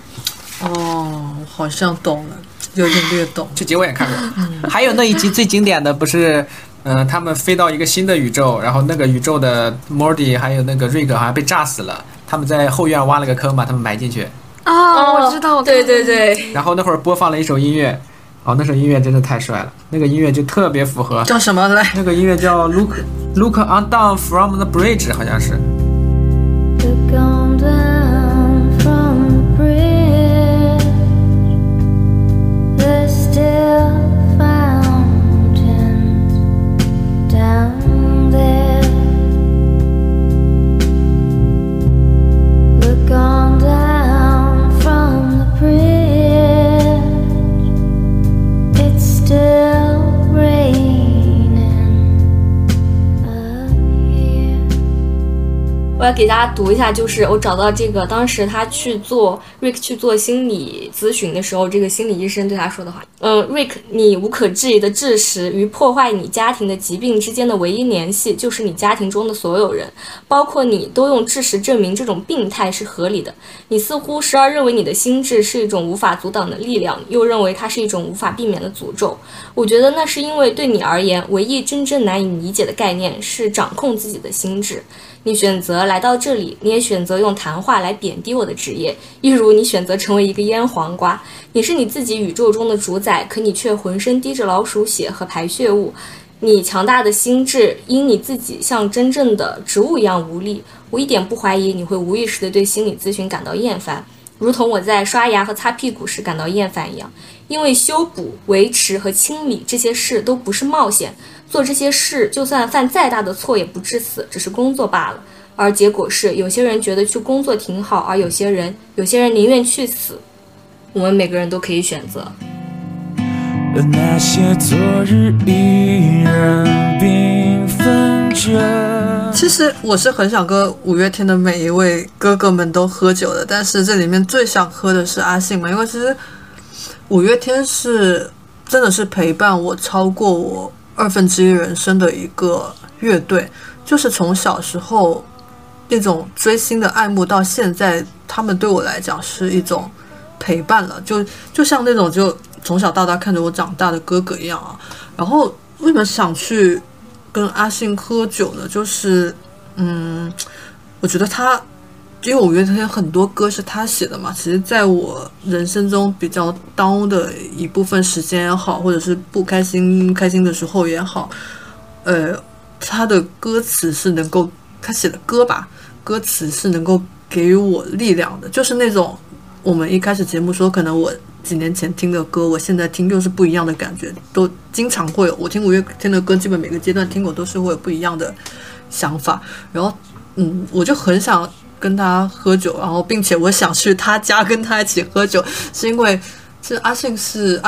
好像懂了，有点略懂。 这集我也看过。还有那一集最经典的不是他们飞到一个新的宇宙，然后那个宇宙的 Morty 还有那个瑞克好像被炸死了，他们在后院挖了个坑把他们埋进去。 我知道， 对对对。 然后那会儿播放了一首音乐，那首音乐真的太帅了，那个音乐就特别符合。 叫什么来？ 那个音乐叫 Look on down from the bridge， 好像是。 Look on down from the bridge, there's still fountains down there. Look on down from the bridge, it's still raining up here. 我要给大家读一下，就是我找到这个当时他Rick 去做心理咨询的时候，这个心理医生对他说的话。Rick， 你无可置疑的事实与破坏你家庭的疾病之间的唯一联系，就是你家庭中的所有人，包括你，都用事实证明这种病态是合理的。你似乎时而认为你的心智是一种无法阻挡的力量，又认为它是一种无法避免的诅咒。我觉得那是因为对你而言，唯一真正难以理解的概念是掌控自己的心智。你选择来到这里，你也选择用谈话来贬低我的职业，一如你选择成为一个腌黄瓜。你是你自己宇宙中的主宰，可你却浑身滴着老鼠血和排泄物。你强大的心智因你自己像真正的植物一样无力。我一点不怀疑你会无意识地对心理咨询感到厌烦，如同我在刷牙和擦屁股时感到厌烦一样。因为修补、维持和清理这些事都不是冒险，做这些事就算犯再大的错也不致死，只是工作罢了。而结果是，有些人觉得去工作挺好，而有些人宁愿去死。我们每个人都可以选择。 那些昨日依然缤纷着。 其实我是很想跟五月天的每一位哥哥们都喝酒的，但是这里面最想喝的是阿信嘛，因为其实五月天是真的是陪伴我超过我1/2人生的一个乐队，就是从小时候那种追星的爱慕到现在，他们对我来讲是一种陪伴了，就像那种就从小到大看着我长大的哥哥一样啊。然后为什么想去跟阿信喝酒呢？就是我觉得他，因为五月天很多歌是他写的嘛，其实在我人生中比较 down 的一部分时间也好，或者是不开心的时候也好，他的歌词是能够，他写的歌吧，歌词是能够给予我力量的，就是那种我们一开始节目说，可能我几年前听的歌，我现在听就是不一样的感觉，都经常会有。我听五月天的歌，基本每个阶段听过都是会有不一样的想法。然后，我就很想跟他喝酒，然后并且我想去他家跟他一起喝酒，是因为是阿信是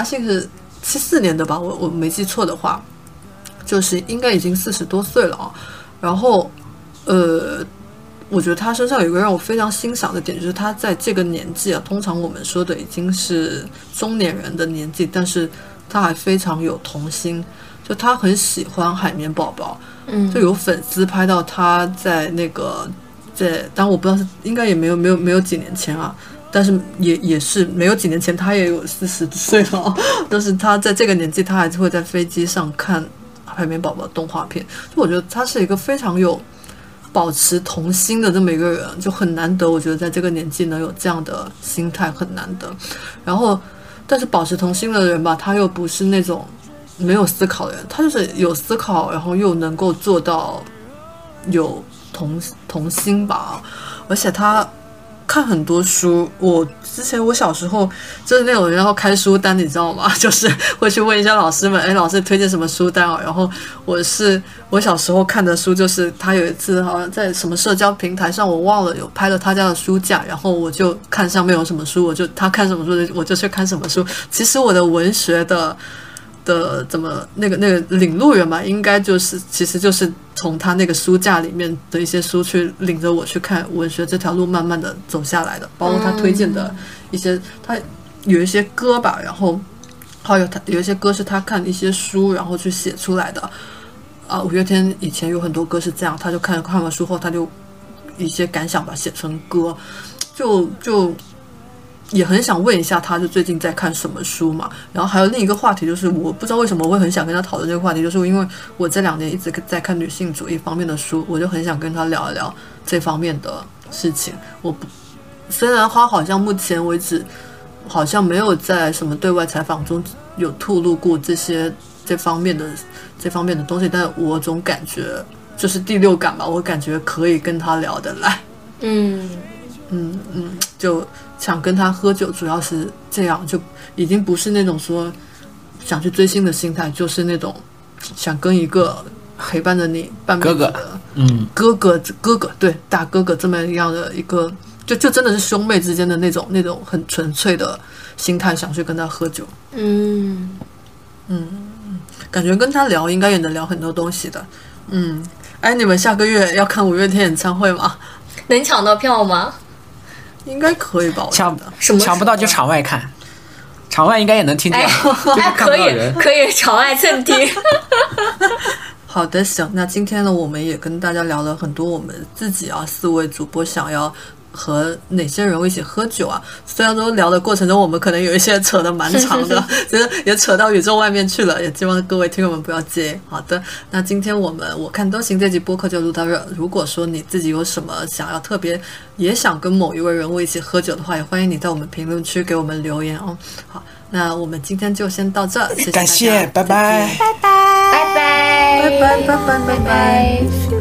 74年的吧，我没记错的话，就是应该已经40多岁了啊。然后，我觉得他身上有一个让我非常欣赏的点，就是他在这个年纪啊，通常我们说的已经是中年人的年纪，但是他还非常有童心，就他很喜欢海绵宝宝，就有粉丝拍到他在那个当然我不知道是应该也没有几年前啊，但是也是没有几年前他也有40岁了，但是他在这个年纪他还是会在飞机上看海绵宝宝动画片，就我觉得他是一个非常有保持童心的这么一个人，就很难得，我觉得在这个年纪能有这样的心态很难得。然后但是保持童心的人吧，他又不是那种没有思考的人，他就是有思考，然后又能够做到有童心吧。而且他看很多书，之前我小时候就是那种人要开书单，你知道吗？就是会去问一下老师们，老师推荐什么书单啊？然后我小时候看的书，就是他有一次好像在什么社交平台上，我忘了有拍了他家的书架，然后我就看上面有什么书，他看什么书我就去看什么书。其实我的文学的怎么那个领路人嘛，应该其实就是从他那个书架里面的一些书去领着我去看文学这条路慢慢的走下来的，包括他推荐的一些，他有一些歌吧，然后还有一些歌是他看一些书然后去写出来的啊。五月天以前有很多歌是这样，他就看完书后他就一些感想吧写成歌，就也很想问一下他就最近在看什么书嘛。然后还有另一个话题，就是我不知道为什么我会很想跟他讨论这个话题，就是因为我这2年一直在看女性主义方面的书，我就很想跟他聊一聊这方面的事情。虽然他好像目前为止好像没有在什么对外采访中有吐露过这方面的东西，但我总感觉就是第6感吧，我感觉可以跟他聊得来。就想跟他喝酒，主要是这样，就已经不是那种说想去追星的心态，就是那种想跟一个陪伴着你半辈子的哥哥，对，大哥哥这么样的一个，就真的是兄妹之间的那种很纯粹的心态，想去跟他喝酒。感觉跟他聊应该也能聊很多东西的。你们下个月要看五月天演唱会吗？ 能抢到票吗？ 应该可以吧， 抢不到就场外看，场外应该也能听见，就是看不到人。 可以场外蹭听。 好的，行，那今天呢，我们也跟大家聊了很多我们自己4位主播想要和哪些人一起喝酒啊。虽然说聊的过程中我们可能有一些扯得蛮长的，其实也扯到宇宙外面去了，也希望各位听友们不要介意。好的，那今天我看都行这集播客就录到这。如果说你自己有什么想要特别也想跟某一位人物一起喝酒的话，也欢迎你在我们评论区给我们留言哦。好，那我们今天就先到这，谢谢大家， 感谢，拜拜， 拜拜，拜拜， 拜拜，拜拜，拜拜。